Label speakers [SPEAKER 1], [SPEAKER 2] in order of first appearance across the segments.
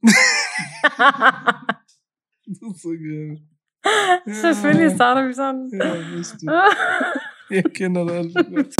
[SPEAKER 1] Selvfølgelig starter vi sådan.
[SPEAKER 2] Ja, vidste det. Jeg kender det alt for godt.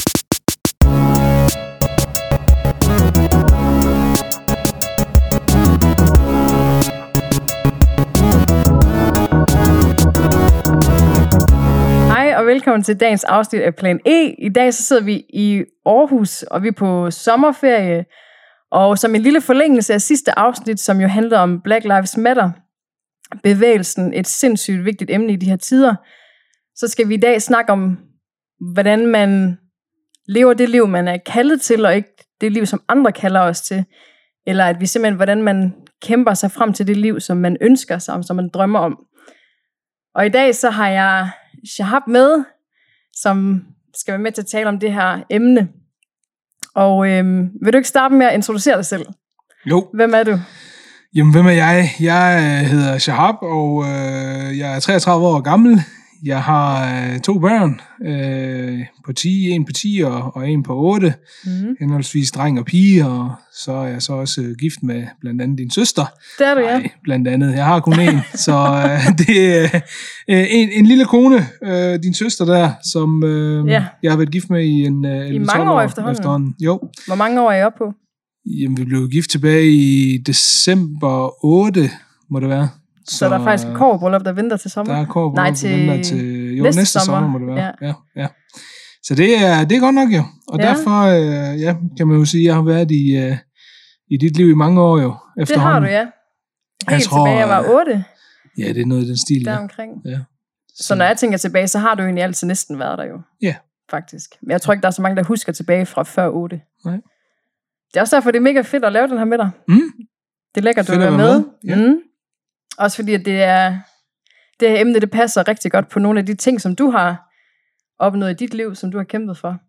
[SPEAKER 1] Hej og velkommen til dagens afsnit af Plan E. I dag så sidder vi i Aarhus, og vi er på sommerferie. Og som en lille forlængelse af sidste afsnit, som jo handlede om Black Lives Matter, bevægelsen, et sindssygt vigtigt emne i de her tider, så skal vi i dag snakke om, hvordan man lever det liv, man er kaldet til, og ikke det liv, som andre kalder os til. Eller at vi simpelthen, hvordan man kæmper sig frem til det liv, som man ønsker sig, som man drømmer om. Og i dag så har jeg Shahab med, som skal være med til at tale om det her emne. Og vil du ikke starte med at introducere dig selv?
[SPEAKER 2] Jo.
[SPEAKER 1] Hvem er du?
[SPEAKER 2] Jamen, hvem er jeg? Jeg hedder Shahab, og jeg er 33 år gammel. Jeg har 2 børn, en på 10 og en på 8, henholdsvis dreng og pige, og så er jeg så også gift med blandt andet din søster.
[SPEAKER 1] Det er du, ja.
[SPEAKER 2] Nej, blandt andet. Jeg har kun én, så det er en lille kone, din søster der, som jeg har været gift med i
[SPEAKER 1] mange år efterhånden.
[SPEAKER 2] Jo.
[SPEAKER 1] Hvor mange år er I oppe på?
[SPEAKER 2] Jamen, vi blev gift tilbage i december 8, må det være.
[SPEAKER 1] Så der er faktisk et kobberbryllup, der venter til sommer?
[SPEAKER 2] Der er kobberbryllup, der venter til næste sommer, må det være. Ja. Så det er godt nok jo. Og derfor kan man jo sige, at jeg har været i dit liv i mange år jo.
[SPEAKER 1] Det har du, ja. Helt tilbage, jeg var 8.
[SPEAKER 2] Ja, det er noget i den stil.
[SPEAKER 1] Der omkring.
[SPEAKER 2] Ja.
[SPEAKER 1] Så når jeg tænker tilbage, så har du egentlig altid næsten været der jo.
[SPEAKER 2] Ja.
[SPEAKER 1] Faktisk. Men jeg tror ikke, der er så mange, der husker tilbage fra før 8.
[SPEAKER 2] Nej.
[SPEAKER 1] Det er også derfor, det er mega fedt at lave den her med dig. Det er lækkert, du er med.
[SPEAKER 2] Ja.
[SPEAKER 1] Også fordi, at det her emne, det passer rigtig godt på nogle af de ting, som du har opnået i dit liv, som du har kæmpet for.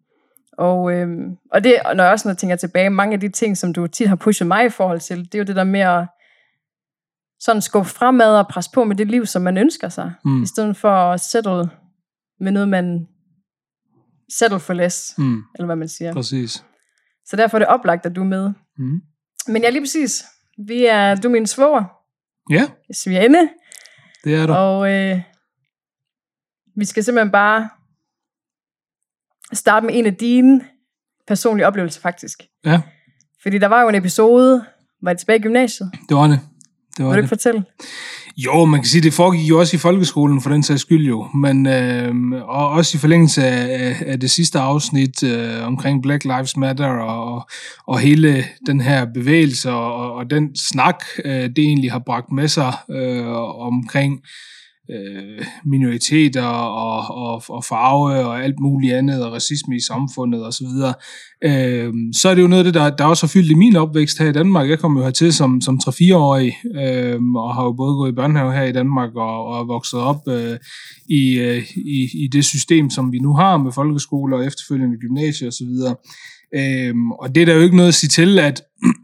[SPEAKER 1] Og det, når jeg også tænker tilbage, mange af de ting, som du tit har pushet mig i forhold til, det er jo det der med at sådan skubbe fremad og presse på med det liv, som man ønsker sig, i stedet for at settle med noget, man settle for less, eller hvad man siger.
[SPEAKER 2] Præcis.
[SPEAKER 1] Så derfor er det oplagt, at du er med. Men ja, lige præcis. Du er min svoger.
[SPEAKER 2] Ja.
[SPEAKER 1] Svende.
[SPEAKER 2] Det er du.
[SPEAKER 1] Og vi skal simpelthen bare starte med en af dine personlige oplevelser, faktisk.
[SPEAKER 2] Ja. Fordi
[SPEAKER 1] der var jo en episode, var det tilbage i gymnasiet?
[SPEAKER 2] Det var det.
[SPEAKER 1] Vil du ikke fortælle?
[SPEAKER 2] Jo, man kan sige, det foregik jo også i folkeskolen for den sags skyld jo, men og også i forlængelse af det sidste afsnit omkring Black Lives Matter og hele den her bevægelse og den snak, det egentlig har bragt med sig omkring minoriteter og farve og alt muligt andet, og racisme i samfundet og så videre. Så er det jo noget af det, der også har fyldt i min opvækst her i Danmark. Jeg kom jo hertil som 3-4-årig, og har jo både gået i børnehave her i Danmark og vokset op i det system, som vi nu har med folkeskoler og efterfølgende gymnasier og så videre. Og det er der jo ikke noget at sige til, at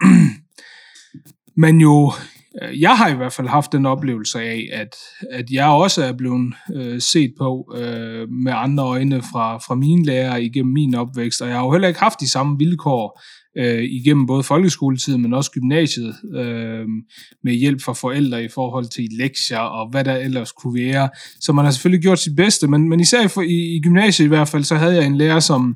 [SPEAKER 2] man jo... Jeg har i hvert fald haft den oplevelse af, at jeg også er blevet set på med andre øjne fra mine lærere igennem min opvækst, og jeg har jo heller ikke haft de samme vilkår igennem både folkeskoletiden, men også gymnasiet, med hjælp fra forældre i forhold til lektier og hvad der ellers kunne være. Så man har selvfølgelig gjort sit bedste, men især i gymnasiet i hvert fald, så havde jeg en lærer, som...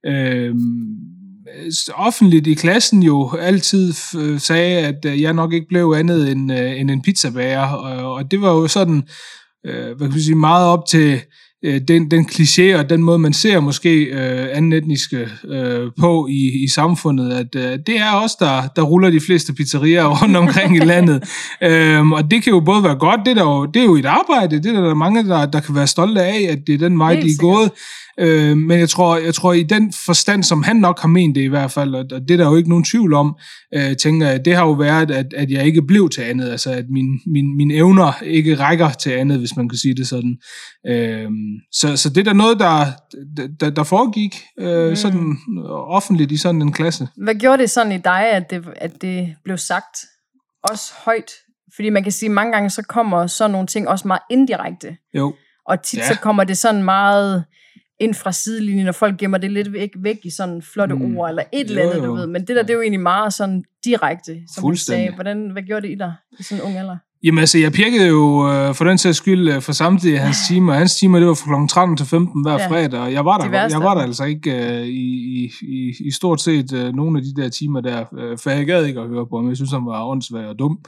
[SPEAKER 2] offentligt i klassen jo altid sagde, at jeg nok ikke blev andet end en pizzabager, og det var jo sådan, hvad kan man sige, meget op til den kliché og den måde, man ser måske anden etniske på i samfundet, at det er os, der ruller de fleste pizzerier rundt omkring i landet. Og det kan jo både være godt, det er jo et arbejde, det er der mange, der kan være stolte af, at det er den vej, de er gået. Men jeg tror i den forstand, som han nok har ment det i hvert fald, og det er der jo ikke nogen tvivl om, tænker jeg, det har jo været, at jeg ikke blev til andet, altså at mine evner ikke rækker til andet, hvis man kan sige det sådan. Så det er der noget, der foregik sådan offentligt i sådan en klasse.
[SPEAKER 1] Hvad gjorde det sådan i dig, at det blev sagt også højt? Fordi man kan sige, at mange gange så kommer sådan nogle ting også meget indirekte.
[SPEAKER 2] Jo.
[SPEAKER 1] Og tit så kommer det sådan meget ind fra sidelinjen, og folk gemmer det lidt væk i sådan flotte ord, eller et eller andet, du ved. Men det der, det er jo egentlig meget sådan direkte, som hun sagde. Hvad gjorde det i dig i sådan en ung alder?
[SPEAKER 2] Jamen altså, jeg pirkede jo for den sags skyld for samtidig hans timer. Hans timer, det var fra kl. 13 til 15 hver fredag, og jeg var der altså ikke i stort set nogle af de der timer der, for jeg gad ikke at høre på ham. Jeg synes, han var åndssvag og dum.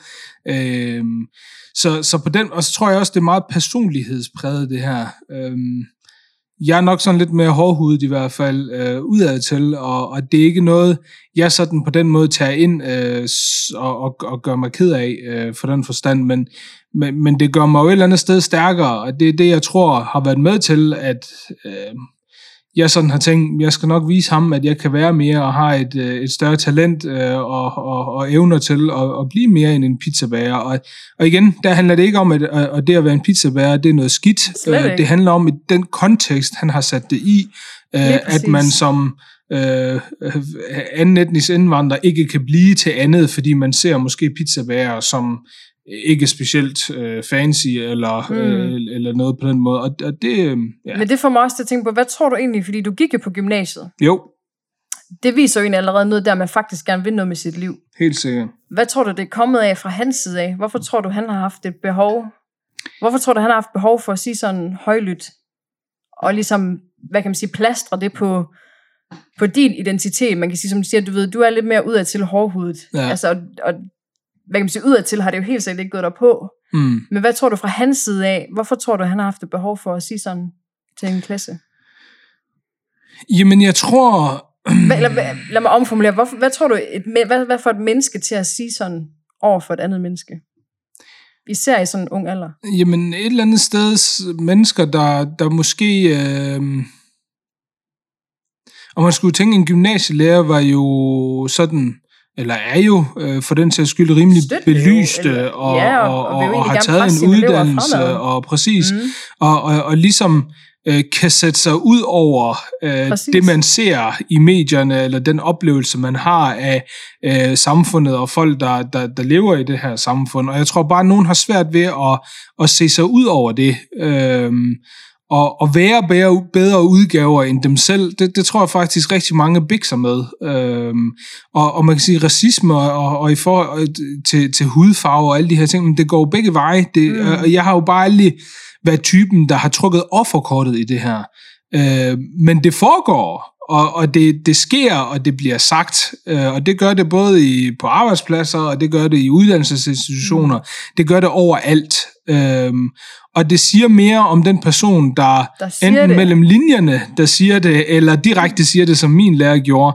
[SPEAKER 2] Så på den, og så tror jeg også, det er meget personlighedspræget, det her. Jeg er nok sådan lidt mere hårdhudet i hvert fald udad til, og det er ikke noget, jeg sådan på den måde tager ind og gør mig ked af for den forstand, men det gør mig jo et eller andet sted stærkere, og det er det, jeg tror har været med til, at jeg sådan har tænkt, jeg skal nok vise ham, at jeg kan være mere og har et større talent og evner til at blive mere end en pizzabager. Og igen, der handler det ikke om, at det at være en pizzabager, det er noget skidt. Det handler om, i den kontekst, han har sat det i, at man som anden etnisk indvandrer ikke kan blive til andet, fordi man ser måske pizzabager som ikke specielt fancy eller noget på den måde. Og det, ja.
[SPEAKER 1] Men det får mig også til at tænke på, hvad tror du egentlig, fordi du gik jo på gymnasiet?
[SPEAKER 2] Jo.
[SPEAKER 1] Det viser jo egentlig allerede noget der, man faktisk gerne vil noget med sit liv.
[SPEAKER 2] Helt sikkert.
[SPEAKER 1] Hvad tror du, det er kommet af fra hans side af? Hvorfor tror du, han har haft et behov? Hvorfor tror du, han har haft behov for at sige sådan højlydt? Og ligesom, hvad kan man sige, plastre det på din identitet? Man kan sige, som du siger, du ved, du er lidt mere udadtil hårdhudet. Ja. Altså, og hvad kan man sige, udadtil har det jo helt sikkert ikke gået der på. Men hvad tror du fra hans side af? Hvorfor tror du, han har haft et behov for at sige sådan til en klasse?
[SPEAKER 2] Jamen, jeg tror...
[SPEAKER 1] Lad mig omformulere. Hvad tror du, hvad får et menneske til at sige sådan over for et andet menneske? Især i sådan en ung alder.
[SPEAKER 2] Jamen, et eller andet sted mennesker, der måske... Og man skulle tænke, en gymnasielærer var jo sådan... eller er jo for den sags skyld rimelig belyste og har taget en uddannelse og præcis og ligesom kan sætte sig ud over det man ser i medierne eller den oplevelse man har af samfundet og folk der lever i det her samfund, og jeg tror bare at nogen har svært ved at se sig ud over det og være bedre udgaver end dem selv, det tror jeg faktisk rigtig mange bikser med. Og man kan sige, racisme og i forhold til hudfarve og alle de her ting, men det går begge veje. Og jeg har jo bare aldrig været typen, der har trukket offerkortet i det her. Men det foregår, og det sker, og det bliver sagt. Og det gør det både på arbejdspladser, og det gør det i uddannelsesinstitutioner. Det gør det overalt. Og det siger mere om den person, der enten det mellem linjerne, der siger det, eller direkte siger det, som min lærer gjorde.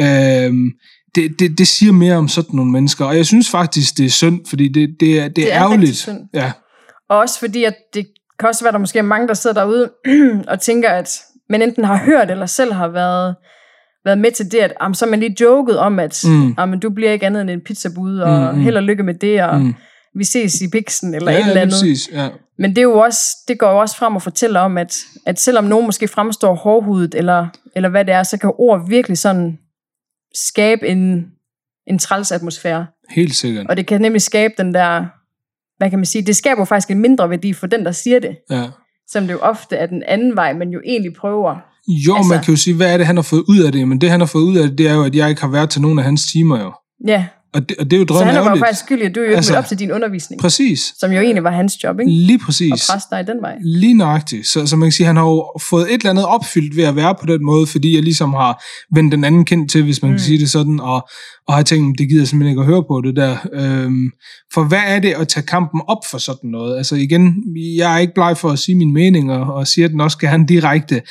[SPEAKER 2] Det siger mere om sådan nogle mennesker. Og jeg synes faktisk, det er synd, fordi det er ærgerligt. Ja.
[SPEAKER 1] Og også fordi, at det kan også være, der måske er mange, der sidder derude og tænker, at man enten har hørt, eller selv har været med til det, at så er man lige joket om, at du bliver ikke andet end en pizzabud, og held og lykke med det, og vi ses i Bixen, eller et eller andet. Præcis, ja. Men det er jo også, det går jo også frem og fortæller om, at selvom nogen måske fremstår hårdhudet, eller hvad det er, så kan ord virkelig sådan skabe en træls atmosfære.
[SPEAKER 2] Helt sikkert.
[SPEAKER 1] Og det kan nemlig skabe den der, hvad kan man sige, det skaber jo faktisk en mindre værdi for den, der siger det. Ja. Som det jo ofte er den anden vej, man jo egentlig prøver.
[SPEAKER 2] Jo, altså, man kan jo sige, hvad er det, han har fået ud af det? Men det, han har fået ud af det, det er jo, at jeg ikke har været til nogen af hans timer jo.
[SPEAKER 1] Ja.
[SPEAKER 2] Og det er jo drømmen. Så
[SPEAKER 1] han var jo faktisk skyldig, at du jo ikke op til din undervisning.
[SPEAKER 2] Præcis.
[SPEAKER 1] Som jo egentlig var hans job, ikke?
[SPEAKER 2] Lige præcis.
[SPEAKER 1] Og presse dig den vej.
[SPEAKER 2] Lige nøjagtigt. Så man kan sige, han har jo fået et eller andet opfyldt ved at være på den måde, fordi jeg ligesom har vendt den anden kendt til, hvis man kan sige det sådan, og har tænkt, det gider jeg simpelthen ikke at høre på det der. For hvad er det at tage kampen op for sådan noget? Altså igen, jeg er ikke bleg for at sige mine meninger, og siger den også gerne direkte.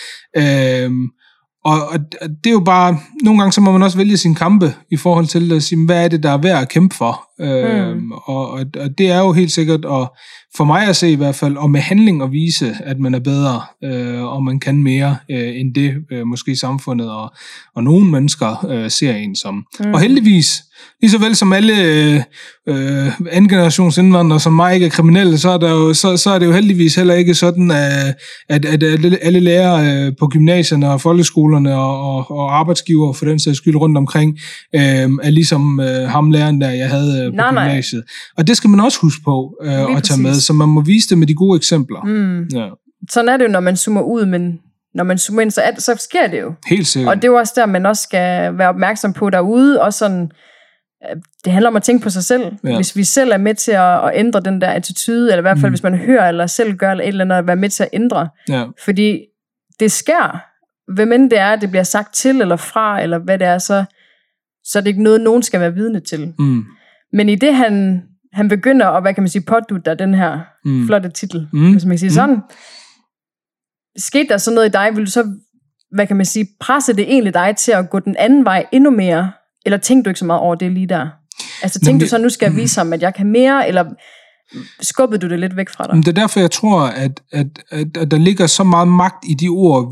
[SPEAKER 2] Og det er jo bare, nogle gange så må man også vælge sin kampe i forhold til at sige, hvad er det, der er værd at kæmpe for? Og det er jo helt sikkert, og for mig at se i hvert fald, og med handling at vise, at man er bedre, og man kan mere end det, måske samfundet og nogle mennesker ser en som. Og heldigvis, lige så vel som alle anden generations indvandrere som mig ikke er kriminelle, så er det jo heldigvis heller ikke sådan, at alle lærere på gymnasierne og folkeskolerne og arbejdsgiver for den sags skyld rundt omkring, er ligesom ham læreren, der jeg havde på gymnasiet. Og det skal man også huske på at tage med, så man må vise det med de gode eksempler.
[SPEAKER 1] Ja. Sådan er det jo, når man zoomer ud, men når man zoomer ind, så sker det jo.
[SPEAKER 2] Helt sikkert.
[SPEAKER 1] Og det er jo også der, man også skal være opmærksom på derude, og sådan, det handler om at tænke på sig selv. Ja. Hvis vi selv er med til at ændre den der attitude, eller i hvert fald, hvis man hører eller selv gør eller et eller andet, at være med til at ændre. Ja. Fordi det sker, hvem end det er, det bliver sagt til eller fra, eller hvad det er, så er det ikke noget, nogen skal være vidne til. Men i det, han begynder at, hvad kan man sige, pådutte den her flotte titel, hvis man kan sige sådan, skete der så noget i dig, vil du så, hvad kan man sige, presse det egentlig dig til at gå den anden vej endnu mere, eller tænkte du ikke så meget over det lige der? Altså tænkte du så, nu skal jeg vise ham, at jeg kan mere, eller skubbede du det lidt væk fra dig?
[SPEAKER 2] Det er derfor, jeg tror, at der ligger så meget magt i de ord,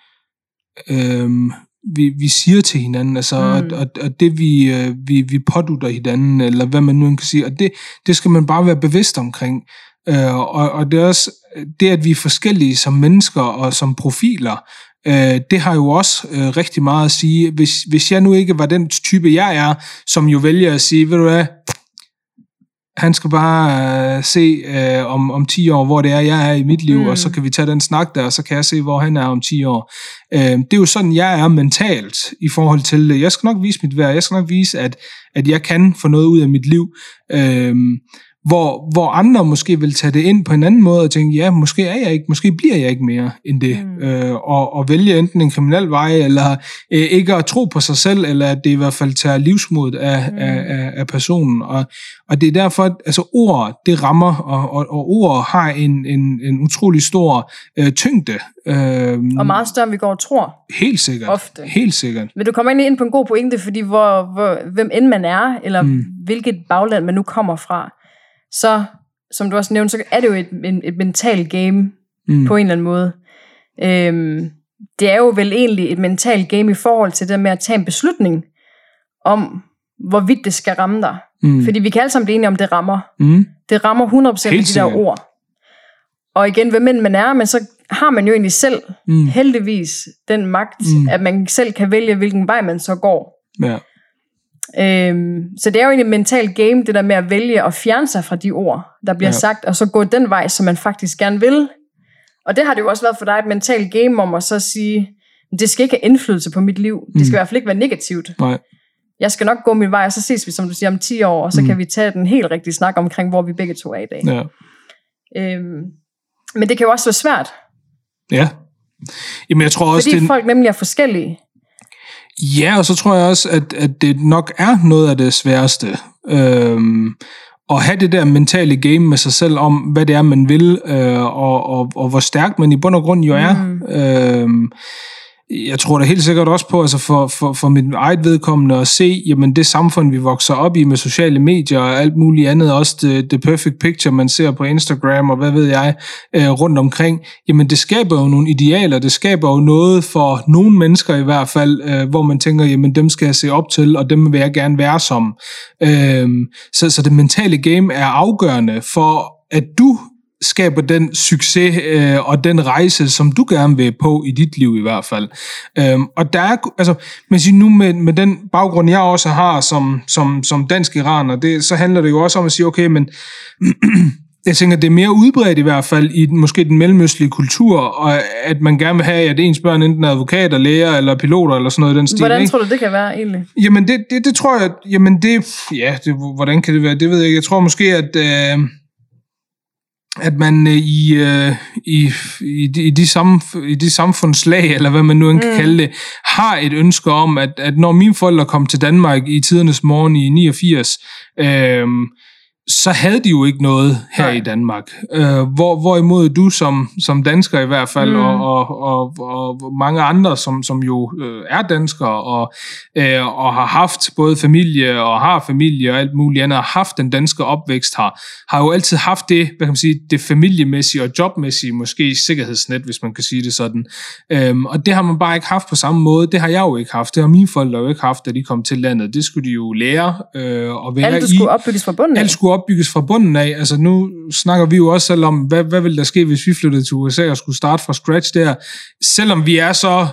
[SPEAKER 2] vi siger til hinanden, altså, og det vi pådutter hinanden, eller hvad man nu kan sige, og det skal man bare være bevidst omkring. Og det er også det, at vi er forskellige som mennesker og som profiler, det har jo også rigtig meget at sige. Hvis jeg nu ikke var den type, jeg er, som jo vælger at sige, ved du hvad, han skal bare se om 10 år, hvor det er, jeg er i mit liv, og så kan vi tage den snak der, og så kan jeg se, hvor han er om 10 år. Det er jo sådan, jeg er mentalt i forhold til det. Jeg skal nok vise mit værd, jeg skal nok vise, at jeg kan få noget ud af mit liv. Hvor andre måske vil tage det ind på en anden måde og tænke, ja, måske er jeg ikke, måske bliver jeg ikke mere end det, og vælge enten en kriminel vej, eller ikke at tro på sig selv, eller at det i hvert fald tager livsmodet af personen, og det er derfor, altså ord, det rammer, og ord har en utrolig stor tyngde.
[SPEAKER 1] Og meget større, end vi går og tror.
[SPEAKER 2] Helt sikkert.
[SPEAKER 1] Ofte.
[SPEAKER 2] Helt sikkert.
[SPEAKER 1] Men du kommer egentlig ind på en god pointe, fordi hvem end man er, eller hvilket bagland man nu kommer fra, så, som du også nævnte, så er det jo et mentalt game på en eller anden måde. Det er jo vel egentlig et mentalt game i forhold til det med at tage en beslutning om, hvorvidt det skal ramme dig. Fordi vi kan alle sammen blive enige om, det rammer. Det rammer 100% af de der ord. Og igen, hvem end man er, men så har man jo egentlig selv heldigvis den magt, at man selv kan vælge, hvilken vej man så går. Ja. Så det er jo egentlig et mentalt game, det der med at vælge at fjerne sig fra de ord, der bliver sagt, og så gå den vej, som man faktisk gerne vil. Og det har det jo også været for dig et mentalt game om at så sige, det skal ikke have indflydelse på mit liv. Det skal i hvert fald ikke være negativt. Nej. Jeg skal nok gå min vej, og så ses vi, som du siger, om 10 år, og så kan vi tage den helt rigtige snak omkring, hvor vi begge to er i dag. Ja. Men det kan jo også være svært. Ja. Jamen, jeg tror også, fordi folk nemlig er forskellige.
[SPEAKER 2] Ja, og så tror jeg også, at det nok er noget af det sværeste. At have det der mentale game med sig selv om, hvad det er, man vil, og hvor stærkt man i bund og grund jo er. Jeg tror da helt sikkert også på, altså for mit eget vedkommende at se, jamen det samfund, vi vokser op i med sociale medier og alt muligt andet, også det perfect picture, man ser på Instagram og hvad ved jeg, rundt omkring, jamen det skaber jo nogle idealer, det skaber jo noget for nogle mennesker i hvert fald, hvor man tænker, jamen dem skal jeg se op til, og dem vil jeg gerne være som. Så det mentale game er afgørende for, at du skaber den succes og den rejse, som du gerne vil på i dit liv i hvert fald. Og der er, altså, man siger nu med den baggrund, jeg også har som dansk iraner, så handler det jo også om at sige, okay, men jeg tænker, det er mere udbredt i hvert fald i måske den mellemøstlige kultur, og at man gerne vil have, at ens børn enten er advokater, læger eller piloter eller sådan noget i den stil.
[SPEAKER 1] Hvordan tror du, det kan være egentlig?
[SPEAKER 2] Jamen, det tror jeg, jamen hvordan kan det være? Det ved jeg ikke. Jeg tror måske, at man i de samfundslag, eller hvad man nu kan kalde det, har et ønske om, at når mine forældre kom til Danmark i tidernes morgen i 89, så havde de jo ikke noget her i Danmark. Hvorimod du som dansker i hvert fald, og mange andre, som jo er danskere, og har haft både familie, og har familie, og alt muligt andet, har haft den danske opvækst har jo altid haft det, hvad kan man sige, det familiemæssige og jobmæssige, måske sikkerhedsnet, hvis man kan sige det sådan. Og det har man bare ikke haft på samme måde. Det har jeg jo ikke haft. Det har mine forældre jo ikke haft, da de kom til landet. Det skulle de jo lære at være i.
[SPEAKER 1] Alt skulle opbygges fra bunden af.
[SPEAKER 2] Alt skulle opbygges fra bunden af. Altså nu snakker vi jo også selv om, hvad ville der ske, hvis vi flyttede til USA og skulle starte fra scratch der. Selvom vi er så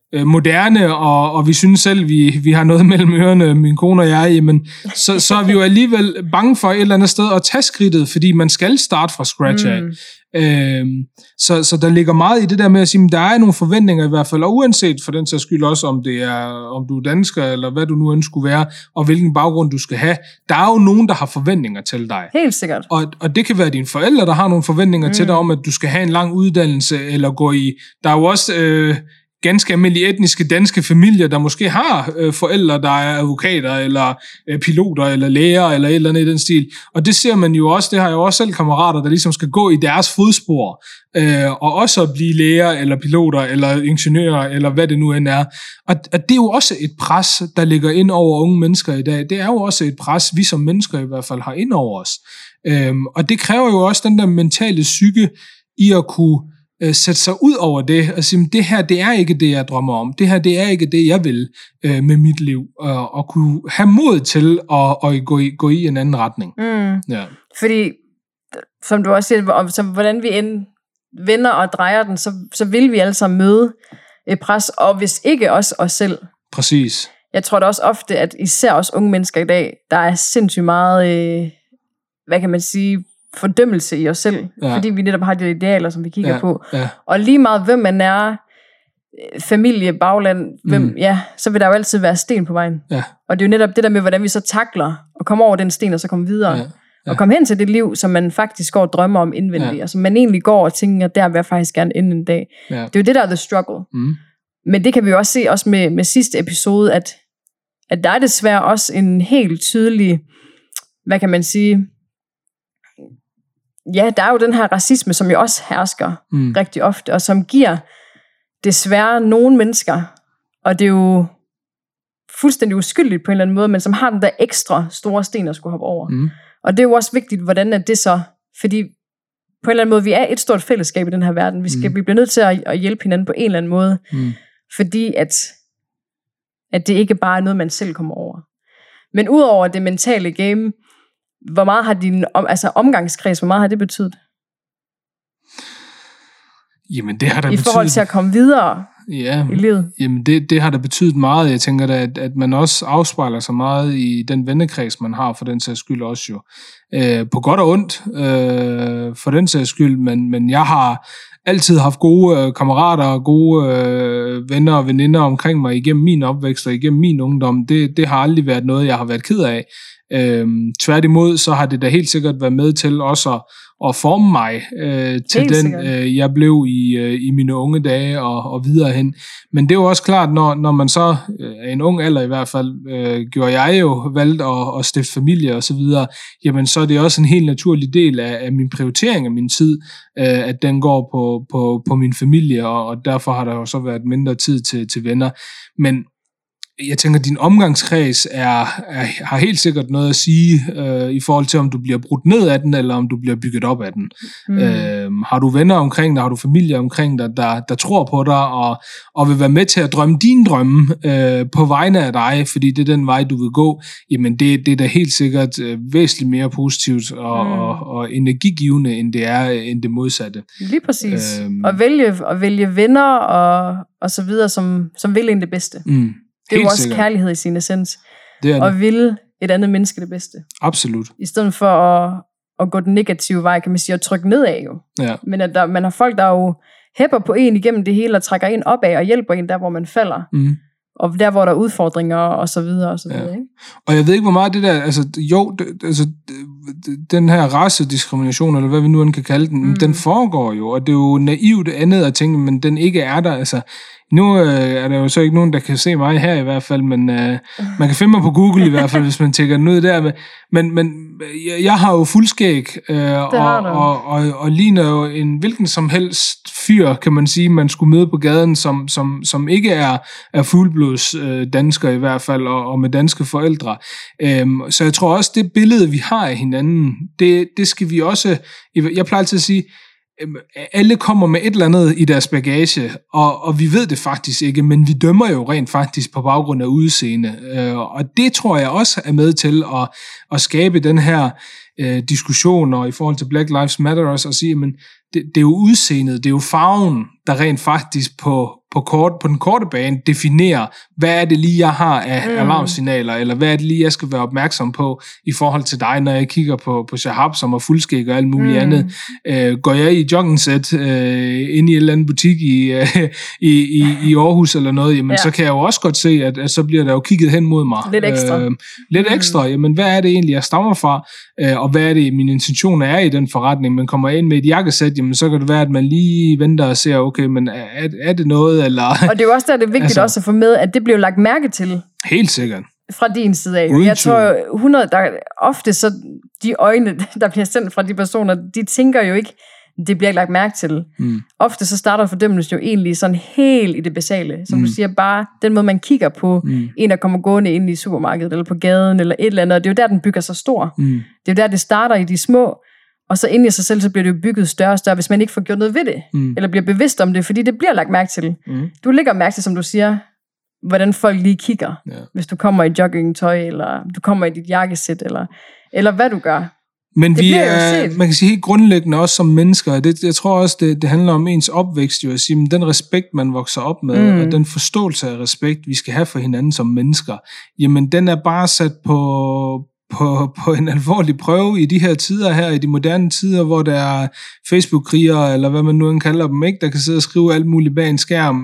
[SPEAKER 2] moderne, og vi synes selv, vi har noget mellem ørerne, min kone og jeg, jamen, så er vi jo alligevel bange for et eller andet sted at tage skridtet, fordi man skal starte fra scratch af. Så der ligger meget i det der med at sige, at der er nogle forventninger i hvert fald, og uanset for den sags skyld også, om du er dansker, eller hvad du nu end skulle være, og hvilken baggrund du skal have, der er jo nogen, der har forventninger til dig.
[SPEAKER 1] Helt sikkert.
[SPEAKER 2] Og det kan være dine forældre, der har nogle forventninger til dig om, at du skal have en lang uddannelse, eller gå i... Der er jo også... ganske almindelige etniske danske familier, der måske har forældre, der er advokater, eller piloter, eller læger, eller et eller andet i den stil. Og det ser man jo også, det har jeg jo også selv kammerater, der ligesom skal gå i deres fodspor, og også at blive læger, eller piloter, eller ingeniører, eller hvad det nu end er. Og det er jo også et pres, der ligger ind over unge mennesker i dag. Det er jo også et pres, vi som mennesker i hvert fald har ind over os. Og det kræver jo også den der mentale psyke i at kunne sætte sig ud over det, og sige, det her, det er ikke det, jeg drømmer om. Det her, det er ikke det, jeg vil med mit liv. Og kunne have mod til at gå i en anden retning. Ja.
[SPEAKER 1] Fordi, som du også siger, hvordan vi end vender og drejer den, så vil vi alle sammen møde et pres, og hvis ikke også os selv.
[SPEAKER 2] Præcis.
[SPEAKER 1] Jeg tror da også ofte, at især os unge mennesker i dag, der er sindssygt meget, hvad kan man sige, fordømmelse i os selv, fordi vi netop har de idealer, som vi kigger på. Ja. Og lige meget, hvem man er, familie, bagland, så vil der jo altid være sten på vejen. Ja. Og det er jo netop det der med, hvordan vi så takler og kommer over den sten, og så kommer videre. Ja. Og komme hen til det liv, som man faktisk går og drømmer om indvendigt, og som man egentlig går og tænker, der vil jeg faktisk gerne ende en dag. Ja. Det er jo det, der er the struggle. Men det kan vi jo også se også med sidste episode, at der er desværre også en helt tydelig, hvad kan man sige, ja, der er jo den her racisme, som jo også hersker rigtig ofte, og som giver desværre nogle mennesker, og det er jo fuldstændig uskyldigt på en eller anden måde, men som har den der ekstra store sten at skulle hoppe over. Og det er jo også vigtigt, hvordan er det så, fordi på en eller anden måde, vi er et stort fællesskab i den her verden, vi bliver nødt til at hjælpe hinanden på en eller anden måde, fordi at det ikke bare er noget, man selv kommer over. Men udover det mentale game, hvor meget har din omgangskreds, hvor meget har det betydet?
[SPEAKER 2] Jamen, det har der betydet...
[SPEAKER 1] I forhold til at komme videre i livet?
[SPEAKER 2] Jamen, det har der betydet meget. Jeg tænker da, at man også afspejler sig meget i den vennekreds, man har, for den sags skyld også jo. På godt og ondt, for den sags skyld, men jeg har altid haft gode kammerater og gode venner og veninder omkring mig igennem min opvækst og igennem min ungdom. Det har aldrig været noget, jeg har været ked af. Tværtimod, så har det da helt sikkert været med til også at forme mig til helt den, jeg blev i mine unge dage og videre hen. Men det er jo også klart, når man så er en ung alder i hvert fald, gjorde jeg jo valgt at stifte familie og så videre, jamen så er det også en helt naturlig del af min prioritering af min tid, at den går på min familie, og derfor har der jo så været mindre tid til venner. Men jeg tænker, at din omgangskreds har helt sikkert noget at sige i forhold til, om du bliver brudt ned af den, eller om du bliver bygget op af den. Har du venner omkring dig, har du familie omkring dig, der tror på dig, og vil være med til at drømme dine drømme på vegne af dig, fordi det er den vej, du vil gå, jamen det er da helt sikkert væsentligt mere positivt og energigivende, end det modsatte. Lige
[SPEAKER 1] præcis. At vælge venner og så videre, som vil en det bedste. Det er jo også sikkert kærlighed i sin essens. Og vil et andet menneske det bedste.
[SPEAKER 2] Absolut.
[SPEAKER 1] I stedet for at gå den negative vej, kan man sige, og trykke nedad jo. Ja. Men at man har folk, der jo hæpper på en igennem det hele, og trækker en opad, og hjælper en der, hvor man falder. Og der, hvor der er udfordringer, og så videre, og så videre. Ikke?
[SPEAKER 2] Og jeg ved ikke, hvor meget det der, den her racediskrimination, eller hvad vi nu end kan kalde den, den foregår jo, og det er jo naivt andet at tænke, men den ikke er der, altså. Nu er der jo så ikke nogen, der kan se mig her i hvert fald, men man kan finde mig på Google i hvert fald, hvis man tjekker den ud der. Men jeg har jo fuldskæg, og ligner jo en hvilken som helst fyr, kan man sige, man skulle møde på gaden, som ikke er fuldblods dansker i hvert fald, og med danske forældre. Så jeg tror også, det billede, vi har af hinanden, det skal vi også... Jeg plejer altid at sige, alle kommer med et eller andet i deres bagage, og vi ved det faktisk ikke, men vi dømmer jo rent faktisk på baggrund af udseende. Og det tror jeg også er med til at skabe den her diskussion, og i forhold til Black Lives Matter også, at sige, men det er jo udseendet, det er jo farven, der rent faktisk på den korte bane definerer, hvad er det lige, jeg har af alarmsignaler, eller hvad er det lige, jeg skal være opmærksom på i forhold til dig, når jeg kigger på Shahab, som har fuldskæg og alt muligt andet. Går jeg i joggingsæt inde i en eller anden butik i Aarhus eller noget, jamen så kan jeg jo også godt se, at så bliver der jo kigget hen mod mig.
[SPEAKER 1] Lidt ekstra.
[SPEAKER 2] Jamen hvad er det egentlig, jeg stammer fra, og hvad er det, mine intentioner er i den forretning. Man kommer ind med et jakkesæt, jamen så kan det være, at man lige venter og ser, okay, men er det noget, eller...
[SPEAKER 1] Og det er jo også der, det er vigtigt også at få med, at det bliver lagt mærke til.
[SPEAKER 2] Helt sikkert.
[SPEAKER 1] Fra din side af. Jeg tror 100, der ofte så de øjne, der bliver sendt fra de personer, de tænker jo ikke, det bliver ikke lagt mærke til. Ofte så starter fordømmelsen jo egentlig sådan helt i det basale. Som du siger, bare den måde, man kigger på en, der kommer gående ind i supermarkedet, eller på gaden, eller et eller andet, og det er jo der, den bygger sig stor. Det er jo der, det starter i de små, og så inde i sig selv, så bliver det jo bygget større og større, hvis man ikke får gjort noget ved det, eller bliver bevidst om det, fordi det bliver lagt mærke til. Du lægger mærke til, som du siger, hvordan folk lige kigger, hvis du kommer i joggingtøj, eller du kommer i dit jakkesæt, eller hvad du gør.
[SPEAKER 2] Men vi er, man kan sige helt grundlæggende også som mennesker, jeg tror også, det handler om ens opvækst, jo, at sige, den respekt, man vokser op med, og den forståelse af respekt, vi skal have for hinanden som mennesker, jamen den er bare sat på en alvorlig prøve i de her tider her, i de moderne tider, hvor der er Facebook-krigere, eller hvad man nu end kalder dem, ikke, der kan sidde og skrive alt muligt bag en skærm.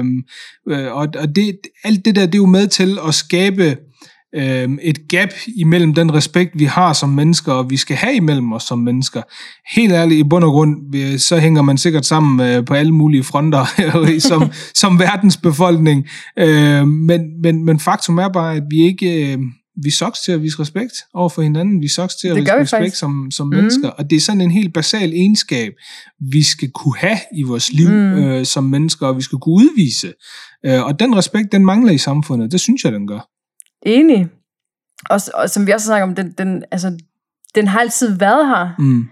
[SPEAKER 2] Og det, alt det der, det er jo med til at skabe et gap imellem den respekt, vi har som mennesker, og vi skal have imellem os som mennesker. Helt ærligt, i bund og grund, så hænger man sikkert sammen på alle mulige fronter som verdens befolkning. Men faktum er bare, at vi ikke... Vi soks til at vise respekt over for hinanden. Vi soks til at vise respekt som mennesker. Og det er sådan en helt basal egenskab, vi skal kunne have i vores liv som mennesker, og vi skal kunne udvise. Og den respekt, den mangler i samfundet. Det synes jeg, den gør.
[SPEAKER 1] Enig. Og som vi også snakker om, den har altid været her.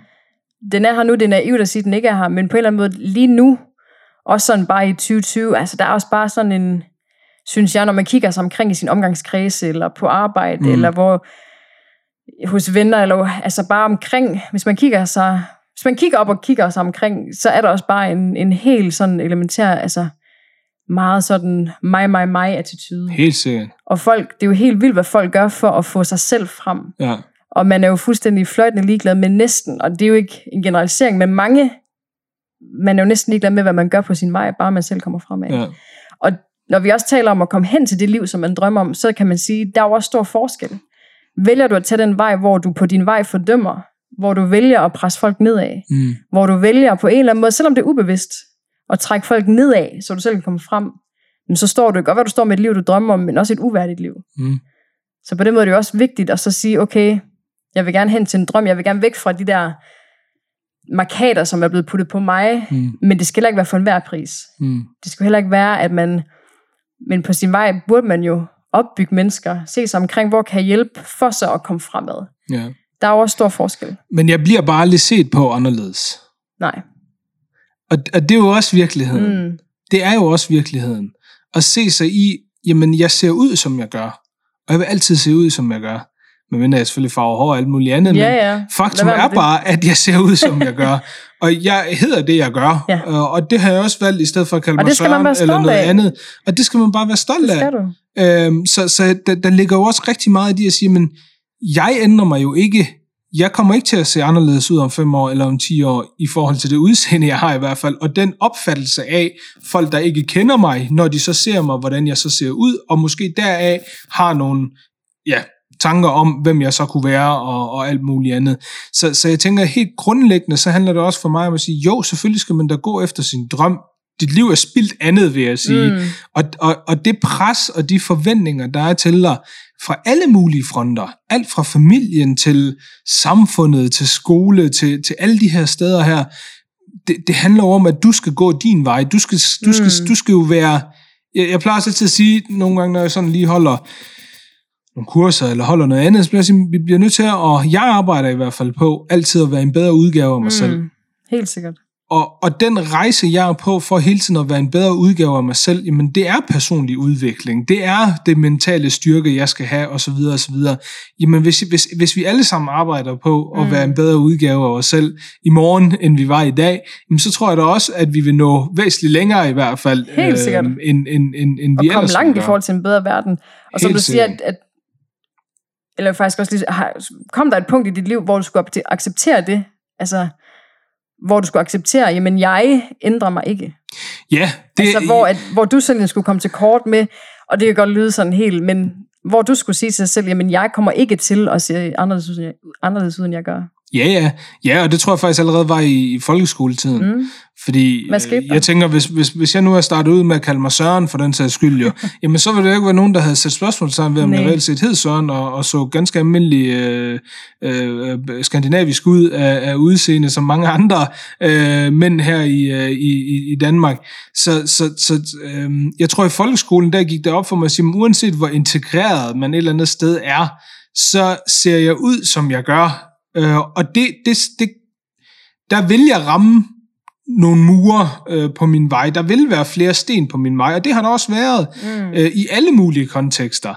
[SPEAKER 1] Den er her nu, det er naivt at sige, at den ikke er her, men på en eller anden måde lige nu, også sådan bare i 2020, altså der er også bare sådan en, synes jeg, når man kigger sig omkring i sin omgangskreds, eller på arbejde, eller hvor hos venner, eller altså bare omkring, hvis man kigger op og kigger sig omkring, så er der også bare en helt sådan elementær, altså meget sådan mig-attitude.
[SPEAKER 2] Helt sikkert.
[SPEAKER 1] Og folk, det er jo helt vildt, hvad folk gør for at få sig selv frem.
[SPEAKER 2] Ja.
[SPEAKER 1] Og man er jo fuldstændig fløjtende ligeglad med næsten, og det er jo ikke en generalisering, men mange, man er jo næsten ligeglad med, hvad man gør på sin vej, bare man selv kommer fremad.
[SPEAKER 2] Ja.
[SPEAKER 1] Og når vi også taler om at komme hen til det liv, som man drømmer om, så kan man sige, der er jo også stor forskel. Vælger du at tage den vej, hvor du på din vej fordømmer, hvor du vælger at presse folk nedad, hvor du vælger på en eller anden måde, selvom det er ubevidst, at trække folk nedad, så du selv kan komme frem, men så står du ikke, og hvad du står med et liv, du drømmer om, men også et uværdigt liv. Så på den måde er det jo også vigtigt at så sige, okay, jeg vil gerne hen til en drøm, jeg vil gerne væk fra de der markader, som er blevet puttet på mig, men det skal heller ikke være for enhver pris. Det skal heller ikke være, at men på sin vej burde man jo opbygge mennesker, se sig omkring, hvor kan jeg hjælpe for så at komme fremad.
[SPEAKER 2] Ja.
[SPEAKER 1] Der er jo også stor forskel.
[SPEAKER 2] Men jeg bliver bare aldrig set på anderledes.
[SPEAKER 1] Nej.
[SPEAKER 2] Og det er jo også virkeligheden. Det er jo også virkeligheden. At se sig i, jamen jeg ser ud, som jeg gør. Og jeg vil altid se ud, som jeg gør. Men jeg selvfølgelig farver hår og alt muligt andet. Men faktum er bare, at jeg ser ud, som jeg gør. Og jeg hedder det, jeg gør. Ja. Og det har jeg også valgt, i stedet for at kalde mig Søren eller noget andet. Og det skal man bare være stolt af. Så der ligger jo også rigtig meget i det at sige, men jeg ændrer mig jo ikke. Jeg kommer ikke til at se anderledes ud om 5 år eller om 10 år, i forhold til det udseende, jeg har i hvert fald. Og den opfattelse af folk, der ikke kender mig, når de så ser mig, hvordan jeg så ser ud, og måske deraf har nogle tanker om, hvem jeg så kunne være, og alt muligt andet. Så jeg tænker, helt grundlæggende, så handler det også for mig om at sige, jo, selvfølgelig skal man da gå efter sin drøm. Dit liv er spildt andet, vil jeg sige. Og det pres og de forventninger, der er til dig, fra alle mulige fronter, alt fra familien til samfundet, til skole, til alle de her steder her, det handler om, at du skal gå din vej. Du skal jo være... Jeg plejer altid at sige, nogle gange, når jeg sådan lige holder nogle kurser, eller holder noget andet, så bliver jeg sige, vi bliver nødt til at, og jeg arbejder i hvert fald på, altid at være en bedre udgave af mig selv.
[SPEAKER 1] Helt sikkert.
[SPEAKER 2] Og den rejse, jeg er på for hele tiden at være en bedre udgave af mig selv, jamen det er personlig udvikling. Det er det mentale styrke, jeg skal have, osv. osv. Jamen hvis vi alle sammen arbejder på at være en bedre udgave af os selv i morgen, end vi var i dag, jamen så tror jeg da også, at vi vil nå væsentligt længere i hvert fald,
[SPEAKER 1] helt sikkert.
[SPEAKER 2] end vi
[SPEAKER 1] og komme langt i forhold til en bedre verden. Og som du siger, at eller faktisk også kom der et punkt i dit liv, hvor du skulle acceptere det, altså hvor du skulle acceptere, jamen jeg ændrer mig ikke.
[SPEAKER 2] Ja.
[SPEAKER 1] Det, altså hvor du selv skulle komme til kort med, og det kan godt lyde sådan helt, men hvor du skulle sige til dig selv, jamen jeg kommer ikke til at se anderledes ud, end jeg gør.
[SPEAKER 2] Ja, og det tror jeg faktisk allerede var i folkeskoletiden. Fordi jeg tænker, hvis jeg nu er startet ud med at kalde mig Søren for den sags skyld, jo, jamen så ville det ikke være nogen, der havde sat spørgsmålstegn ved, om jeg reelt set hed Søren, og så ganske almindelig skandinavisk ud af udseende, som mange andre mænd her i Danmark. Så jeg tror, i folkeskolen, der gik det op for mig at sige, uanset hvor integreret man et eller andet sted er, så ser jeg ud, som jeg gør. Og der vil jeg ramme nogle mure på min vej. Der vil være flere sten på min vej, og det har der også været i alle mulige kontekster.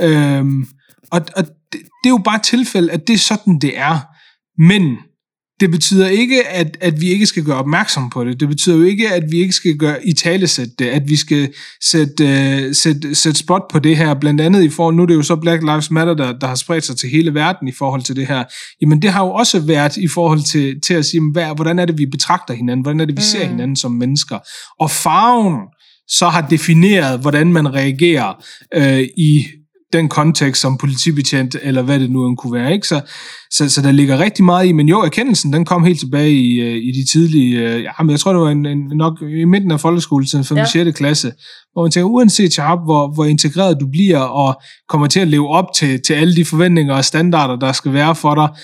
[SPEAKER 2] Og det er jo bare et tilfælde, at det er sådan, det er. Men det betyder ikke, at vi ikke skal gøre opmærksom på det. Det betyder jo ikke, at vi ikke skal italesætte det, at vi skal sætte spot på det her, blandt andet i forhold, nu er det jo så Black Lives Matter, der har spredt sig til hele verden i forhold til det her. Jamen det har jo også været i forhold til at sige, hvordan er det, vi betragter hinanden, hvordan er det, vi ser hinanden som mennesker. Og farven så har defineret, hvordan man reagerer i den kontekst som politibetjent, eller hvad det nu kunne være, ikke? Så der ligger rigtig meget i, men jo, erkendelsen, den kom helt tilbage i de tidlige, men jeg tror, det var nok i midten af folkeskoletiden, 5. og 6. klasse, hvor man tænker, uanset hvor integreret du bliver, og kommer til at leve op til alle de forventninger og standarder, der skal være for dig,